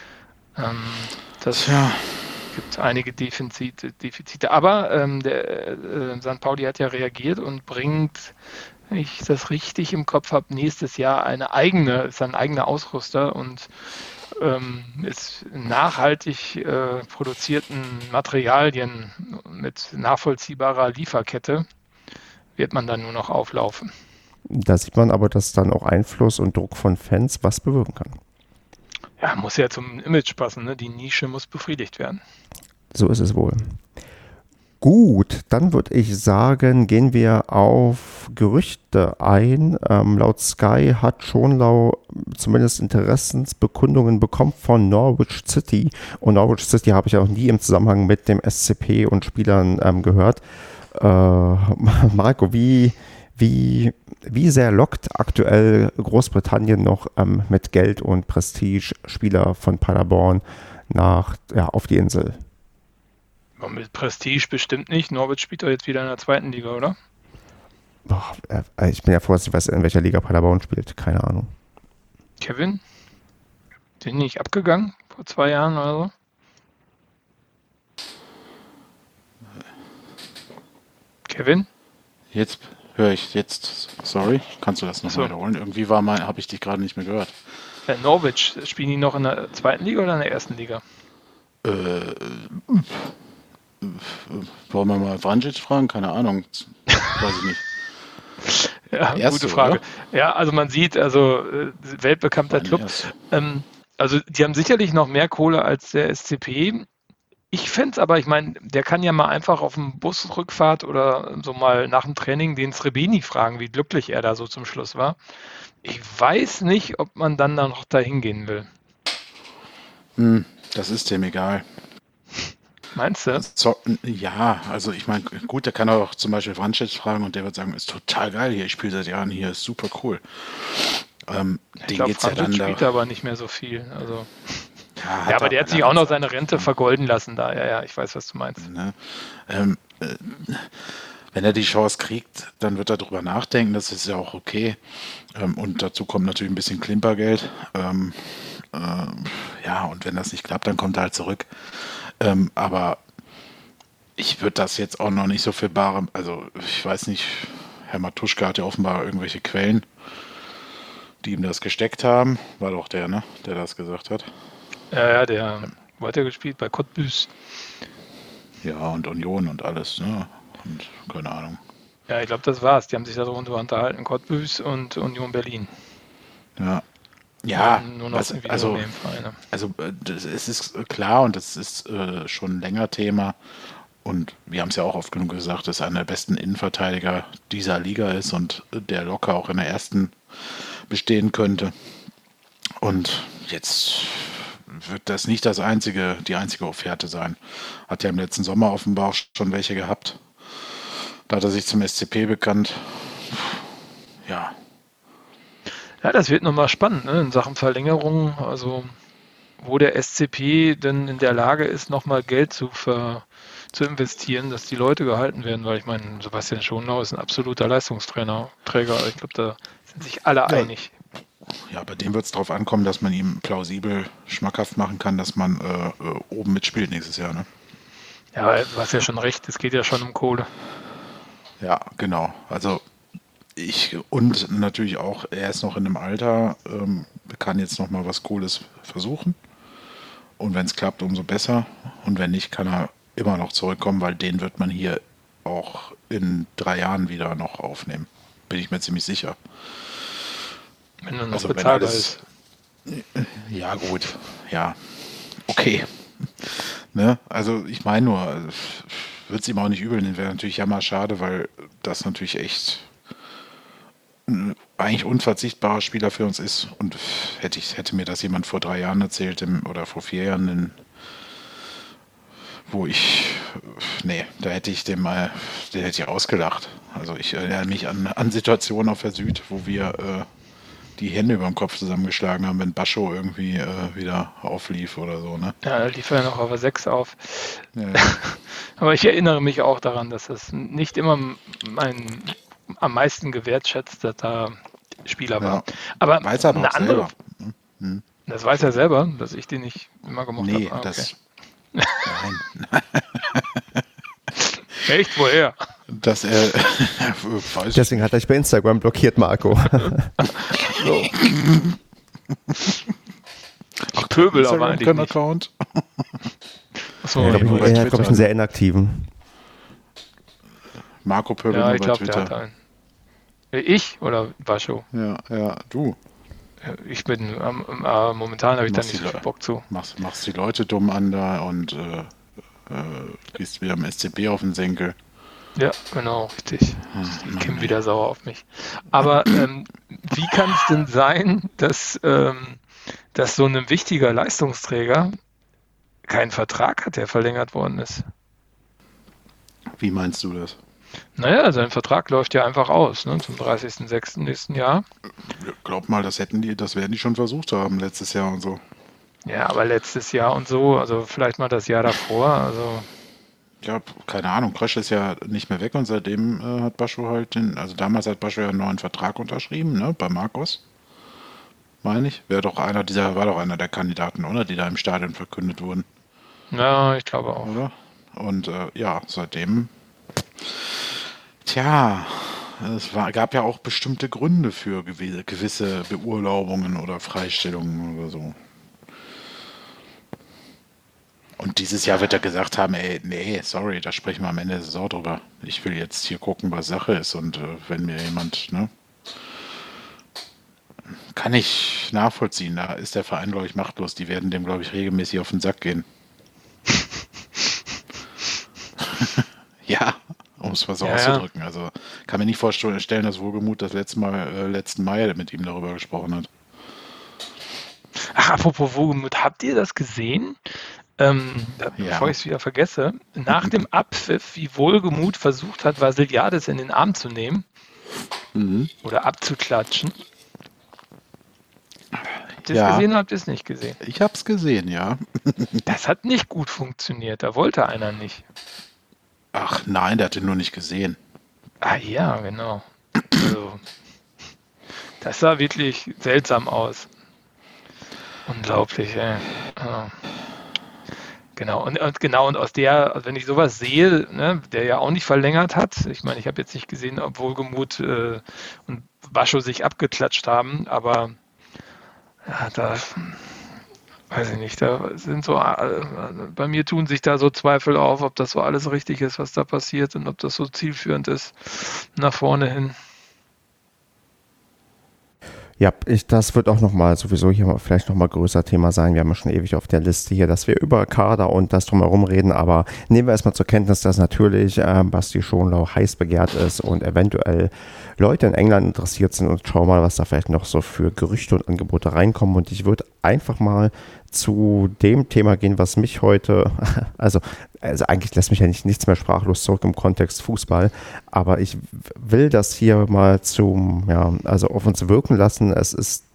Das Tja, gibt einige Defizite. Aber der St. Pauli hat ja reagiert und bringt, wenn ich das richtig im Kopf habe, nächstes Jahr ist ein eigener Ausrüster und ist nachhaltig produzierten Materialien mit nachvollziehbarer Lieferkette wird man dann nur noch auflaufen. Da sieht man aber, dass dann auch Einfluss und Druck von Fans was bewirken kann. Ja, muss ja zum Image passen, ne? Die Nische muss befriedigt werden. So ist es wohl. Gut, dann würde ich sagen, gehen wir auf Gerüchte ein. Laut Sky hat Schonlau zumindest Interessensbekundungen bekommen von Norwich City. Und Norwich City habe ich auch nie im Zusammenhang mit dem SCP und Spielern gehört. Marco, wie sehr lockt aktuell Großbritannien noch mit Geld und Prestige Spieler von Paderborn auf die Insel? Mit Prestige bestimmt nicht. Norwich spielt doch jetzt wieder in der 2. Liga, oder? Boah, ich bin ja froh, dass ich weiß, in welcher Liga Paderborn spielt. Keine Ahnung. Kevin? Sind die nicht abgegangen vor 2 Jahren oder so? Kevin? jetzt höre ich sorry, kannst du das noch Ach so. mal wiederholen? Irgendwie habe ich dich gerade nicht mehr gehört. Norwich, spielen die noch in der 2. Liga oder in der 1. Liga? Wollen wir mal Vranjic fragen? Keine Ahnung. Weiß ich nicht. Ja, Erste, gute Frage. oder? Ja, also man sieht, weltbekannter Meine Club. erste. Also die haben sicherlich noch mehr Kohle als der SCP. Ich fände es aber, ich meine, der kann ja mal einfach auf dem Busrückfahrt oder so mal nach dem Training den Srebeni fragen, wie glücklich er da so zum Schluss war. Ich weiß nicht, ob man dann da noch dahin gehen will. Das ist dem egal. Meinst du? Ja, also ich meine, gut, der kann auch zum Beispiel Vranjic fragen und der wird sagen, ist total geil hier, ich spiele seit Jahren hier, ist super cool. Ich Den glaube, geht's ja dann spielt da. aber nicht mehr so viel. Also, Ja, ja, aber der hat sich auch noch seine Zeit, Rente vergolden lassen da. Ja, ich weiß, was du meinst. ne? Wenn er die Chance kriegt, dann wird er drüber nachdenken, das ist ja auch okay. Und dazu kommt natürlich ein bisschen Klimpergeld. Ja, und wenn das nicht klappt, dann kommt er halt zurück. Aber ich würde das jetzt auch noch nicht so für bare, also ich weiß nicht, Herr Matuschka hat ja offenbar irgendwelche Quellen, die ihm das gesteckt haben. War doch der, ne, der das gesagt hat. Ja, wo hat er gespielt? Bei Cottbus. Ja, und Union und alles, ne? Und keine Ahnung. Ja, ich glaube, das war's. Die haben sich darüber unterhalten, Cottbus und Union Berlin. Ja. Ja, Nur noch irgendwie so Nebenvereine. es ist klar und das ist schon länger Thema und wir haben es ja auch oft genug gesagt, dass er einer der besten Innenverteidiger dieser Liga ist und der locker auch in der ersten bestehen könnte. Und jetzt wird das nicht die einzige Offerte sein. Hat ja im letzten Sommer offenbar auch schon welche gehabt. Da hat er sich zum SCP bekannt. Ja. Ja, das wird nochmal spannend, ne? In Sachen Verlängerung, also wo der SCP denn in der Lage ist, nochmal Geld zu zu investieren, dass die Leute gehalten werden, weil ich meine, Sebastian Schonlau ist ein absoluter Leistungsträger. Ich glaube, da sind sich alle einig. Ja, bei dem wird es darauf ankommen, dass man ihm plausibel schmackhaft machen kann, dass man oben mitspielt nächstes Jahr. Ne? Ja, du hast ja schon recht, es geht ja schon um Kohle. Ja, genau. Also und natürlich auch, er ist noch in einem Alter, kann jetzt noch mal was Cooles versuchen. Und wenn es klappt, umso besser. Und wenn nicht, kann er immer noch zurückkommen, weil den wird man hier auch in 3 Jahren wieder noch aufnehmen. Bin ich mir ziemlich sicher. Wenn er noch bezahlbar ist. Ja, gut. Ja. Okay. Ne? Also ich meine nur, würde es ihm auch nicht übel nehmen. Wäre natürlich jammerschade, weil das natürlich echt eigentlich unverzichtbarer Spieler für uns ist. Und hätte mir das jemand vor 3 Jahren erzählt oder vor 4 Jahren, da hätte ich den hätte ich ausgelacht. Also ich erinnere mich an Situationen auf der Süd, wo wir die Hände über dem Kopf zusammengeschlagen haben, wenn Bascho irgendwie wieder auflief oder so. Ne? Ja, er lief ja noch auf der 6 auf. Ja. Aber ich erinnere mich auch daran, dass das nicht immer mein am meisten gewertschätzter Spieler war. Ja. Aber weiß er aber eine auch andere. selber. Das weiß er selber, dass ich den nicht immer gemocht habe. Okay. Das. Nein. Echt? Woher? Dass er. Deswegen hat er dich bei Instagram blockiert, Marco. So. Ach, Pöbel aber eigentlich nicht. Account. Achso, Er hat, glaube ich, einen sehr inaktiven. Marco Pöbel ja, nur ich bei glaube, Twitter. der hat einen. Ich oder Bascho? Ja, du. Ich bin, momentan habe ich da nicht so viel Bock zu. Machst die Leute dumm an da und gehst wieder am SCP auf den Senkel. Ja, genau, richtig. Kim wieder sauer auf mich. Aber wie kann es denn sein, dass so ein wichtiger Leistungsträger keinen Vertrag hat, der verlängert worden ist? Wie meinst du das? Naja, sein Vertrag läuft ja einfach aus, ne, zum 30.06. nächsten Jahr. Glaub mal, das werden die schon versucht haben, letztes Jahr und so. Ja, aber letztes Jahr und so, also vielleicht mal das Jahr davor, also... Ja, keine Ahnung, Krösch ist ja nicht mehr weg und seitdem hat Bascho halt damals hat Bascho ja einen neuen Vertrag unterschrieben, ne, bei Markus. Meine ich. War doch einer der Kandidaten, oder? Die da im Stadion verkündet wurden. Ja, ich glaube auch. Oder? Und seitdem. Tja, gab ja auch bestimmte Gründe für gewisse Beurlaubungen oder Freistellungen oder so. Und dieses Jahr wird er gesagt haben, nee, sorry, da sprechen wir am Ende der Saison drüber. Ich will jetzt hier gucken, was Sache ist. Und wenn mir jemand, ne, kann ich nachvollziehen. Da ist der Verein, glaube ich, machtlos. Die werden dem, glaube ich, regelmäßig auf den Sack gehen. Ja, um es mal so auszudrücken. Ja. Also kann mir nicht vorstellen, dass Wohlgemuth das letzten Mai mit ihm darüber gesprochen hat. Ach, apropos Wohlgemuth, habt ihr das gesehen? Bevor ich es wieder vergesse, nach dem Abpfiff, wie Wohlgemuth versucht hat, Vasiliades in den Arm zu nehmen oder abzuklatschen. Habt ihr es gesehen oder habt ihr es nicht gesehen? Ich habe es gesehen, ja. Das hat nicht gut funktioniert, da wollte einer nicht. Ach nein, der hat den nur nicht gesehen. Ah ja, genau. Also, das sah wirklich seltsam aus. Unglaublich, ey. Ja. Genau, und aus wenn ich sowas sehe, ne, der ja auch nicht verlängert hat, ich meine, ich habe jetzt nicht gesehen, ob Wohlgemuth und Bascho sich abgeklatscht haben, aber ja, da weiß ich nicht, da sind so, bei mir tun sich da so Zweifel auf, ob das so alles richtig ist, was da passiert und ob das so zielführend ist nach vorne hin. Ja, das wird auch nochmal sowieso hier vielleicht nochmal größer Thema sein. Wir haben ja schon ewig auf der Liste hier, dass wir über Kader und das drumherum reden, aber nehmen wir erstmal zur Kenntnis, dass natürlich Basti Schonlau heiß begehrt ist und eventuell Leute in England interessiert sind und schauen mal, was da vielleicht noch so für Gerüchte und Angebote reinkommen und ich würde einfach mal zu dem Thema gehen, was mich heute, also eigentlich lässt mich ja nichts mehr sprachlos zurück im Kontext Fußball, aber ich will das hier mal auf uns wirken lassen. Es ist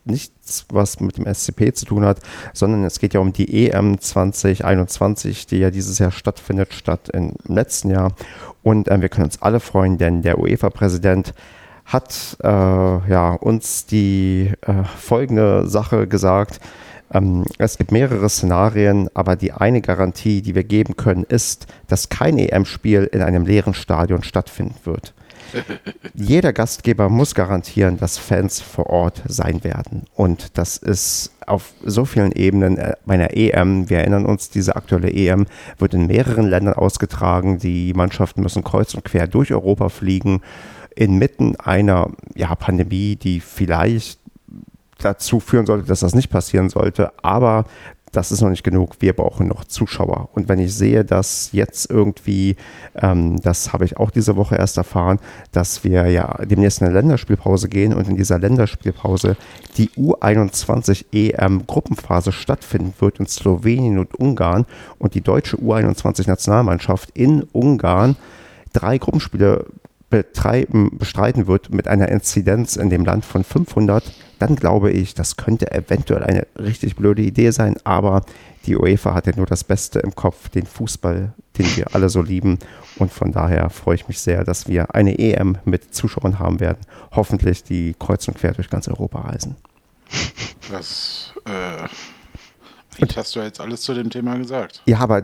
nichts, was mit dem SCP zu tun hat, sondern es geht ja um die EM 2021, die ja dieses Jahr stattfindet, statt im letzten Jahr. Und wir können uns alle freuen, denn der UEFA-Präsident hat uns die folgende Sache gesagt. Es gibt mehrere Szenarien, aber die eine Garantie, die wir geben können, ist, dass kein EM-Spiel in einem leeren Stadion stattfinden wird. Jeder Gastgeber muss garantieren, dass Fans vor Ort sein werden. Und das ist auf so vielen Ebenen bei einer EM. Wir erinnern uns, diese aktuelle EM wird in mehreren Ländern ausgetragen. Die Mannschaften müssen kreuz und quer durch Europa fliegen. Inmitten einer Pandemie, die vielleicht dazu führen sollte, dass das nicht passieren sollte. Aber das ist noch nicht genug. Wir brauchen noch Zuschauer. Und wenn ich sehe, dass jetzt irgendwie, das habe ich auch diese Woche erst erfahren, dass wir ja demnächst in eine Länderspielpause gehen und in dieser Länderspielpause die U21 EM-Gruppenphase stattfinden wird in Slowenien und Ungarn und die deutsche U21-Nationalmannschaft in Ungarn 3 Gruppenspiele bestreiten wird mit einer Inzidenz in dem Land von 500, dann glaube ich, das könnte eventuell eine richtig blöde Idee sein, aber die UEFA hat ja nur das Beste im Kopf, den Fußball, den wir alle so lieben, und von daher freue ich mich sehr, dass wir eine EM mit Zuschauern haben werden, hoffentlich die kreuz und quer durch ganz Europa reisen. Das hast du jetzt alles zu dem Thema gesagt. Ja, aber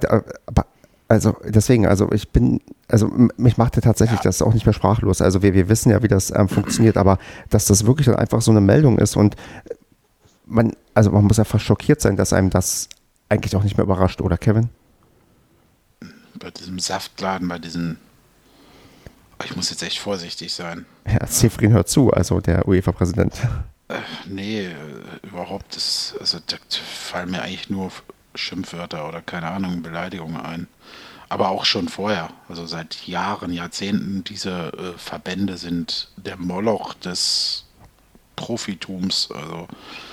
mich machte tatsächlich das auch nicht mehr sprachlos. Also wir wissen ja, wie das funktioniert, aber dass das wirklich dann einfach so eine Meldung ist und man muss ja fast schockiert sein, dass einem das eigentlich auch nicht mehr überrascht, oder Kevin? Bei diesem Saftladen, ich muss jetzt echt vorsichtig sein. Ja, Seferin hört zu, also der UEFA-Präsident. Nee, überhaupt, da fallen mir eigentlich nur Schimpfwörter oder keine Ahnung, Beleidigungen ein. Aber auch schon vorher, also seit Jahren, Jahrzehnten, diese Verbände sind der Moloch des Profitums. Also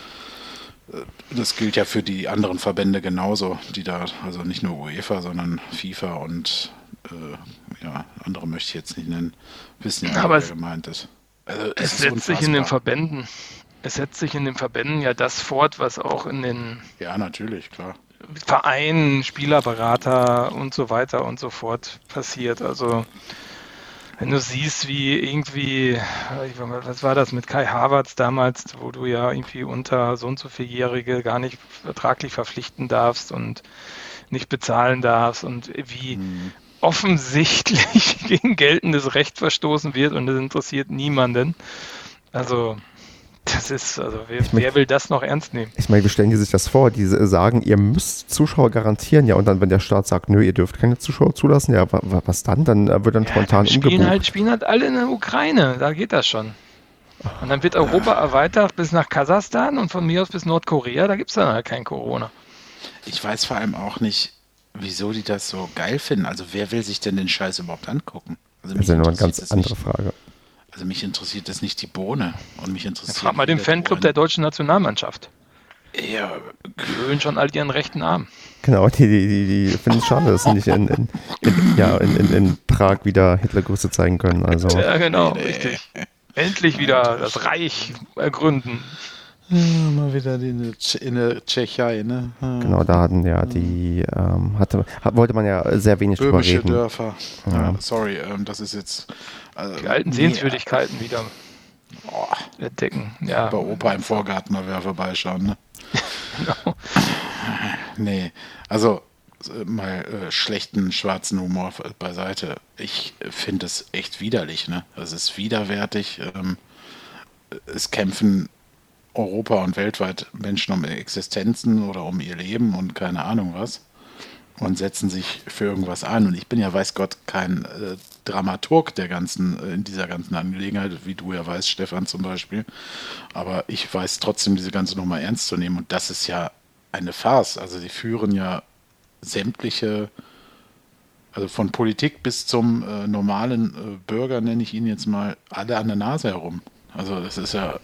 das gilt ja für die anderen Verbände genauso, die da, also nicht nur UEFA, sondern FIFA und andere möchte ich jetzt nicht nennen, wissen ja, wer gemeint ist. Also, es setzt sich in den Verbänden. Es setzt sich in den Verbänden ja das fort, was auch in den natürlich, klar. Vereinen, Spielerberater und so weiter und so fort passiert. Also wenn du siehst, wie irgendwie, was war das mit Kai Havertz damals, wo du ja irgendwie unter so und so vieljährige gar nicht vertraglich verpflichten darfst und nicht bezahlen darfst und wie offensichtlich gegen geltendes Recht verstoßen wird und das interessiert niemanden. Also das ist, wer will das noch ernst nehmen? Ich meine, wie stellen die sich das vor? Die sagen, ihr müsst Zuschauer garantieren, ja, und dann, wenn der Staat sagt, nö, ihr dürft keine Zuschauer zulassen, ja, was dann? Dann wird dann spontan umgebucht. Spielen halt alle in der Ukraine, da geht das schon. Und dann wird Europa erweitert bis nach Kasachstan und von mir aus bis Nordkorea, da gibt es dann halt kein Corona. Ich weiß vor allem auch nicht, wieso die das so geil finden. Also wer will sich denn den Scheiß überhaupt angucken? Also das ist ja noch eine ganz andere Frage. Also mich interessiert das nicht die Bohne. Und mich interessiert. Frag mal den Fanclub der deutschen Nationalmannschaft. Ja. Die höhlen schon all ihren rechten Arm. Genau, die finden es schade, dass sie nicht in Prag wieder Hitlergrüße zeigen können. Also. Ja, genau, richtig. Endlich wieder das Reich ergründen. Ja, mal wieder in der Tschechei, ne? Genau, da hatten ja wollte man ja sehr wenig drüber reden. Dörfer. Ja. Sorry, das ist jetzt... die alten Sehenswürdigkeiten wieder entdecken. Ja. Bei Opa im Vorgarten mal wieder vorbeischauen, ne? Genau. Nee, also mal schlechten schwarzen Humor beiseite. Ich finde es echt widerlich, ne? Es ist widerwärtig. Es kämpfen Europa und weltweit Menschen um Existenzen oder um ihr Leben und keine Ahnung was und setzen sich für irgendwas ein. Und ich bin ja, weiß Gott, kein Dramaturg in dieser ganzen Angelegenheit, wie du ja weißt, Stefan zum Beispiel. Aber ich weiß trotzdem, diese ganze Nummer ernst zu nehmen. Und das ist ja eine Farce. Also sie führen ja sämtliche, also von Politik bis zum normalen Bürger, nenne ich ihn jetzt mal, alle an der Nase herum. Also das ist ja,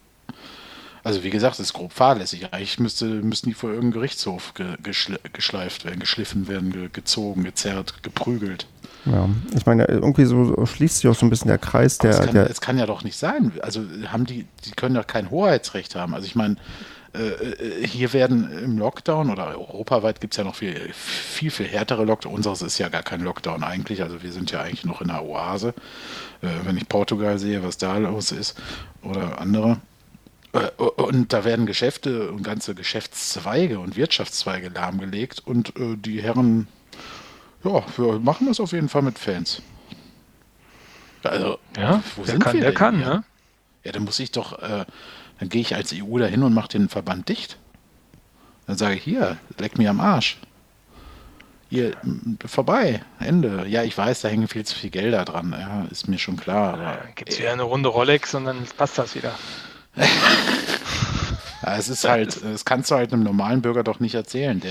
also wie gesagt, das ist grob fahrlässig. Eigentlich müssten die vor irgendeinem Gerichtshof geschleift werden, geschliffen werden, gezogen, gezerrt, geprügelt. Ja, ich meine, irgendwie so schließt sich auch so ein bisschen der Kreis, Es kann ja doch nicht sein. Also die können ja kein Hoheitsrecht haben. Also ich meine, hier werden im Lockdown oder europaweit gibt es ja noch viel härtere Lockdown. Unseres ist ja gar kein Lockdown eigentlich. Also wir sind ja eigentlich noch in einer Oase. Wenn ich Portugal sehe, was da los ist oder andere. Und da werden Geschäfte und ganze Geschäftszweige und Wirtschaftszweige lahmgelegt und die Herren, ja, wir machen das auf jeden Fall mit Fans. Also, Ja, wo der sind kann, wir der denn kann, hier? ne? Ja, dann muss ich doch, dann gehe ich als EU dahin und mache den Verband dicht. Dann sage ich, hier, leck mir am Arsch. Hier, vorbei, Ende. Ja, ich weiß, da hängen viel zu viel Gelder dran, ja, ist mir schon klar. Aber Dann gibt es wieder eine Runde Rolex und dann passt das wieder. ja, es ist halt, das kannst du halt einem normalen Bürger doch nicht erzählen,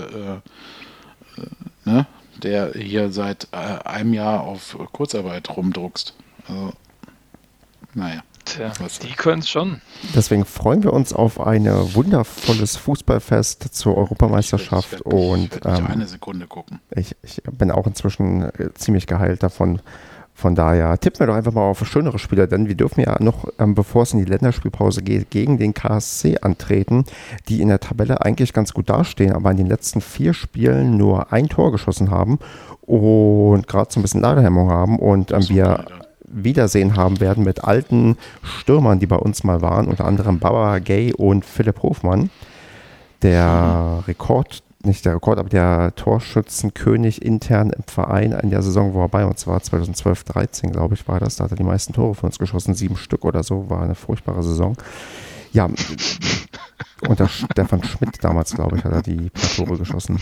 der hier seit einem Jahr auf Kurzarbeit rumdruckst. Also, naja. Tja, Was? die können es schon. Deswegen freuen wir uns auf ein wundervolles Fußballfest zur Europameisterschaft Ich und werd nicht eine Sekunde gucken. ich bin auch inzwischen ziemlich geheilt davon. Von daher tippen wir doch einfach mal auf schönere Spieler, denn wir dürfen ja noch, bevor es in die Länderspielpause geht, gegen den KSC antreten, die in der Tabelle eigentlich ganz gut dastehen, aber in den letzten 4 Spielen nur ein Tor geschossen haben und gerade so ein bisschen Ladehemmung haben und wir Wiedersehen haben werden mit alten Stürmern, die bei uns mal waren, unter anderem Bauer, Gay und Philipp Hofmann. Der aber der Torschützenkönig intern im Verein in der Saison, wo er bei uns war, 2012/13, glaube ich, war das. Da hat er die meisten Tore für uns geschossen, 7 Stück oder so, war eine furchtbare Saison. Ja, unter Stefan Schmidt damals, glaube ich, hat er die paar Tore geschossen.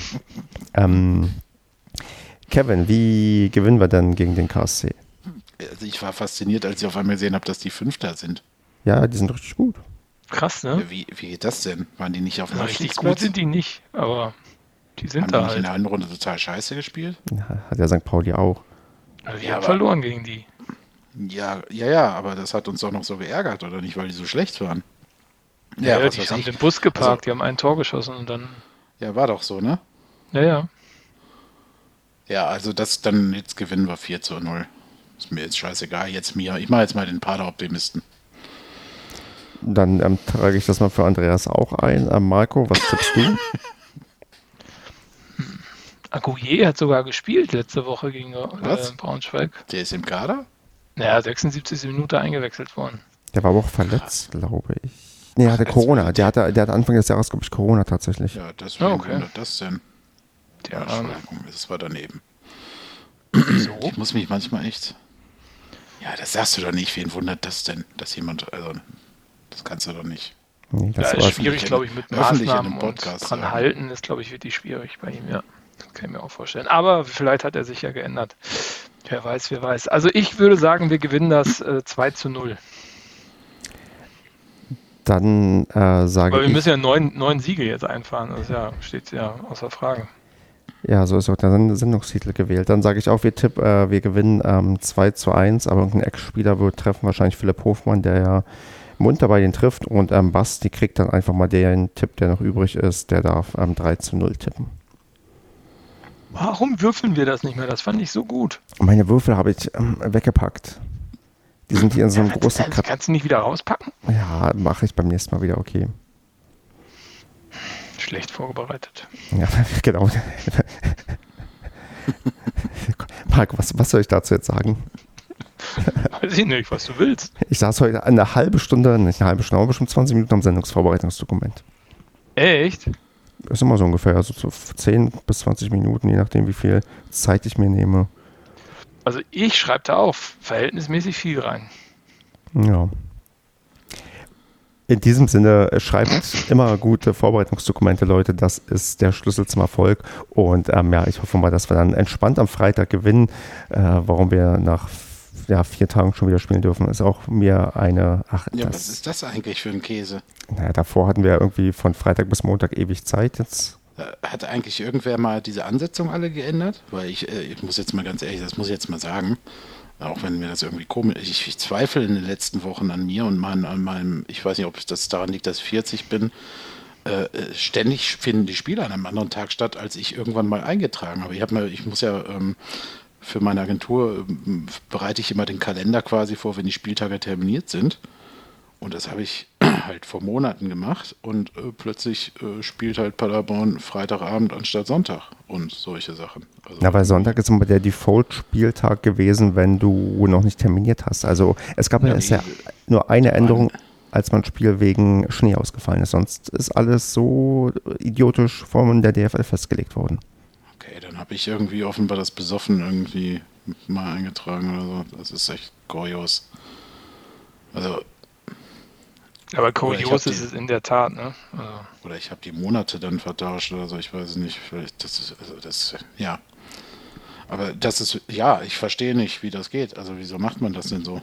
Kevin, wie gewinnen wir denn gegen den KSC? Also ich war fasziniert, als ich auf einmal gesehen habe, dass die Fünfter sind. Ja, die sind richtig gut. Krass, ne? Wie geht das denn? Waren die nicht auf dem Richtig Abstiegsplatz? gut sind die nicht, aber die sind Haben die da nicht in halt. der Hinrunde total scheiße gespielt? Ja, hat ja St. Pauli auch. Also wir Ja, haben aber- verloren gegen die. Ja, aber das hat uns doch noch so geärgert, oder nicht, weil die so schlecht waren? Ja, was die weiß haben ich. den Bus geparkt, Also- die haben ein Tor geschossen und dann. Ja, war doch so, ne? Ja. Ja, also jetzt gewinnen wir 4:0. Ist mir jetzt scheißegal, ich mache jetzt mal den Pader-Optimisten. Dann trage ich das mal für Andreas auch ein. Marco, was tippst du? Aguilé hat sogar gespielt letzte Woche gegen Was? Braunschweig. Der ist im Kader? Naja, 76. Minute eingewechselt worden. Der war aber auch verletzt, glaube ich. Nee, er hatte Jetzt Corona. wird- Der hatte Anfang des Jahres, glaube ich, Corona tatsächlich. Ja, deswegen Okay. wundert das denn. Der Entschuldigung, das war daneben. so. Ich muss mich manchmal echt... Ja, das sagst du doch nicht. Wen wundert das denn, dass jemand... Also, das kannst du doch nicht. Nee, das Ja, war ist schwierig, glaube ich, mit öffentlich in Maßnahmen einem Podcast und dran sagen. halten ist, glaube ich, wirklich schwierig bei ihm, ja. Das kann ich mir auch vorstellen. Aber vielleicht hat er sich ja geändert. Wer weiß. Also ich würde sagen, wir gewinnen das 2:0. Dann sage Aber wir ich, müssen ja 9 Siege jetzt einfahren. Das steht ja außer Frage. ja, so ist auch der Sendungstitel gewählt. Dann sage ich auch, wir gewinnen 2:1, aber irgendein Ex-Spieler wird treffen, wahrscheinlich Philipp Hofmann, der ja munter bei den trifft und Basti kriegt dann einfach mal den Tipp, der noch übrig ist, der darf 3:0 tippen. Warum würfeln wir das nicht mehr? Das fand ich so gut. Meine Würfel habe ich weggepackt. Die sind hier in so einem großen Karton. Kannst du nicht wieder rauspacken? Ja, mache ich beim nächsten Mal wieder, okay. Schlecht vorbereitet. Ja, genau. Marc, was soll ich dazu jetzt sagen? Weiß ich nicht, was du willst. Ich saß heute eine halbe Stunde, nicht eine halbe Stunde, aber bestimmt 20 Minuten am Sendungsvorbereitungsdokument. Echt? Ist immer so ungefähr, also so 10 bis 20 Minuten, je nachdem, wie viel Zeit ich mir nehme. Also ich schreibe da auch verhältnismäßig viel rein. Ja. In diesem Sinne, schreibt immer gute Vorbereitungsdokumente, Leute. Das ist der Schlüssel zum Erfolg. Und ich hoffe mal, dass wir dann entspannt am Freitag gewinnen. Warum wir nach 4 Tagen schon wieder spielen dürfen, ist auch mir eine... Was ist das eigentlich für ein Käse? Naja, davor hatten wir irgendwie von Freitag bis Montag ewig Zeit. Jetzt Hat eigentlich irgendwer mal diese Ansetzung alle geändert? Weil ich muss jetzt mal ganz ehrlich, das muss ich jetzt mal sagen, auch wenn mir das irgendwie komisch ist, ich zweifle in den letzten Wochen an mir und an meinem, ich weiß nicht, ob das daran liegt, dass ich 40 bin, ständig finden die Spiele an einem anderen Tag statt, als ich irgendwann mal eingetragen habe. Ich muss ja für meine Agentur bereite ich immer den Kalender quasi vor, wenn die Spieltage terminiert sind. Und das habe ich halt vor Monaten gemacht und plötzlich spielt halt Paderborn Freitagabend anstatt Sonntag und solche Sachen. Also, Na, weil Sonntag ist immer der Default-Spieltag gewesen, wenn du noch nicht terminiert hast. Also es gab ja nur eine Änderung, als mein Spiel wegen Schnee ausgefallen ist. Sonst ist alles so idiotisch von der DFL festgelegt worden. Okay, dann habe ich irgendwie offenbar das Besoffen irgendwie mal eingetragen oder so. Das ist echt kurios. Also Aber kurios ist es in der Tat, ne? Oder ich habe die Monate dann vertauscht oder so, ich weiß es nicht. Vielleicht ja. Aber das ist, ja, ich verstehe nicht, wie das geht. Also wieso macht man das denn so?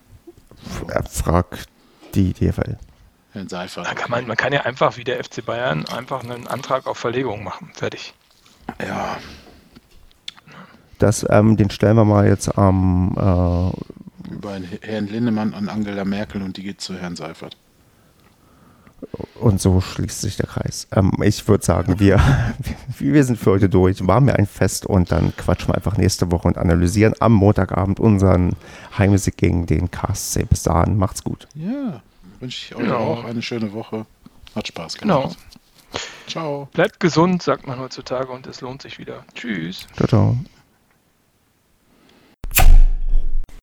Frag die DFL. Herrn Seifert. Man kann ja einfach wie der FC Bayern einfach einen Antrag auf Verlegung machen. Fertig. Ja. Den stellen wir mal jetzt am über Herrn Linnemann an Angela Merkel und die geht zu Herrn Seifert. Und so schließt sich der Kreis. Ich würde sagen, wir sind für heute durch. War mir ein Fest und dann quatschen wir einfach nächste Woche und analysieren am Montagabend unseren Heimsieg gegen den KSC. Bis dahin, macht's gut. Ja, wünsche ich euch auch eine schöne Woche. Hat Spaß gemacht. Genau. Ciao. Bleibt gesund, sagt man heutzutage, und es lohnt sich wieder. Tschüss. Ciao, ciao.